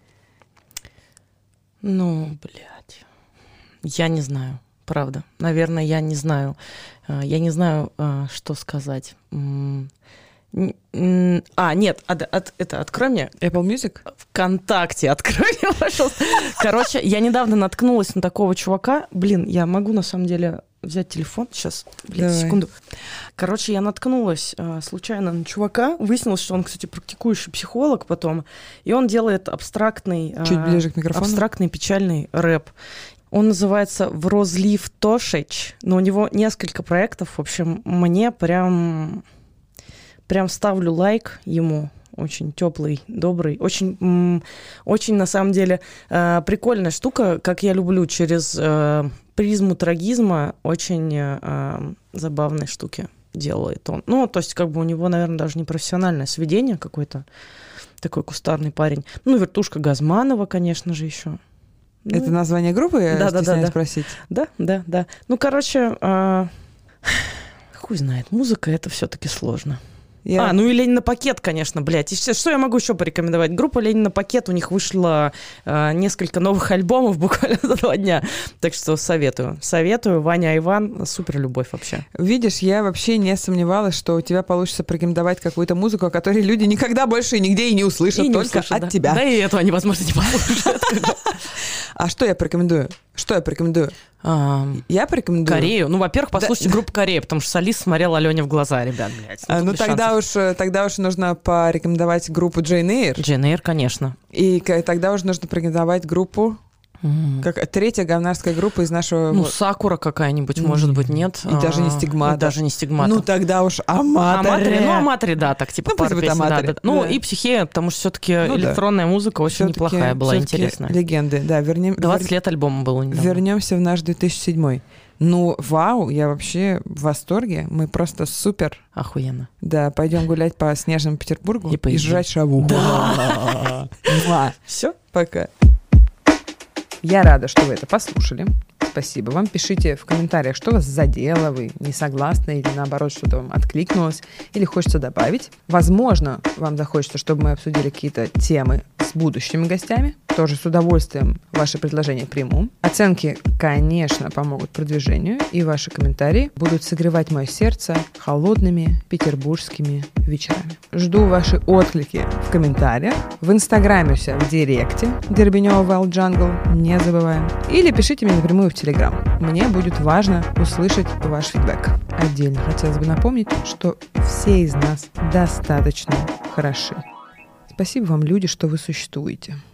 Ну, блядь. Я не знаю, правда. Наверное, я не знаю. Я не знаю, что сказать. А, нет, от, от, это открой мне. Apple Music? ВКонтакте открой мне, пожалуйста. Короче, я недавно наткнулась на такого чувака. Блин, я могу на самом деле взять телефон сейчас. Блин, Давай. секунду. Короче, я наткнулась а, случайно на чувака. Выяснилось, что он, кстати, практикующий психолог потом. И он делает абстрактный... Чуть а, ближе к микрофону. Абстрактный печальный рэп. Он называется «Врозлив Тошич», но у него несколько проектов. В общем, мне прям... Прям ставлю лайк ему. Очень теплый, добрый. Очень, м- очень на самом деле, э, прикольная штука, как я люблю, через э, призму трагизма очень э, забавные штуки делает он. Ну, то есть, как бы у него, наверное, даже не профессиональное сведение какой-то. Такой кустарный парень. Ну, вертушка Газманова, конечно же, еще. Ну, это название группы, я да, да, да, да. спросить? Да, да, да. Ну, короче, э, хуй знает, музыка — это все-таки сложно. Я... А, ну и «Ленина Пакет», конечно, блядь. И что я могу еще порекомендовать? Группа «Ленина Пакет», у них вышло э, несколько новых альбомов буквально за два дня. Так что советую. Советую. Ваня Иван, супер любовь вообще. Видишь, я вообще не сомневалась, что у тебя получится порекомендовать какую-то музыку, о которой люди никогда больше и нигде и не услышат, и не только услышат, от да. тебя. Да и этого они, возможно, не послушают. А что я порекомендую? Что я порекомендую? А, я порекомендую... Корею. Ну, во-первых, послушайте да. группу «Корея», потому что солист смотрел Алене в глаза, ребят, блядь. Ну, ну тогда уж, тогда уж нужно порекомендовать группу Джейн Эйр. Джейн Эйр, конечно. И тогда уже нужно порекомендовать группу... Mm. Как третья говнарская группа из нашего... Ну, Сакура какая-нибудь, mm. может быть, нет. И а, даже не Стигмата. Даже не Стигмата. Ну, тогда уж Аматори. Аматори, ну, Аматори, да, так, типа, ну, пару песен. Да, да. Ну, да. и Психея, потому что все-таки ну, электронная да. музыка очень всё-таки, неплохая была, интересная. Легенды, да. Вернем... двадцать лет альбома было недавно. Вернемся в наш две тысячи седьмой. Ну, вау, я вообще в восторге. Мы просто супер. Охуенно. Да, пойдем гулять по снежному Петербургу и, и жрать шавуху. Да. Все, пока. Я рада, что вы это послушали. Спасибо вам. Пишите в комментариях, что вас задело, вы не согласны или наоборот что-то вам откликнулось или хочется добавить. Возможно, вам захочется, чтобы мы обсудили какие-то темы с будущими гостями. Тоже с удовольствием ваши предложения приму. Оценки, конечно, помогут продвижению, и ваши комментарии будут согревать мое сердце холодными петербургскими вечерами. Жду ваши отклики в комментариях, в инстаграме у себя в директе Дербенева Wild Jungle, не забываем. Или пишите мне напрямую в Телеграм. Мне будет важно услышать ваш фидбэк. Отдельно хотелось бы напомнить, что все из нас достаточно хороши. Спасибо вам, люди, что вы существуете.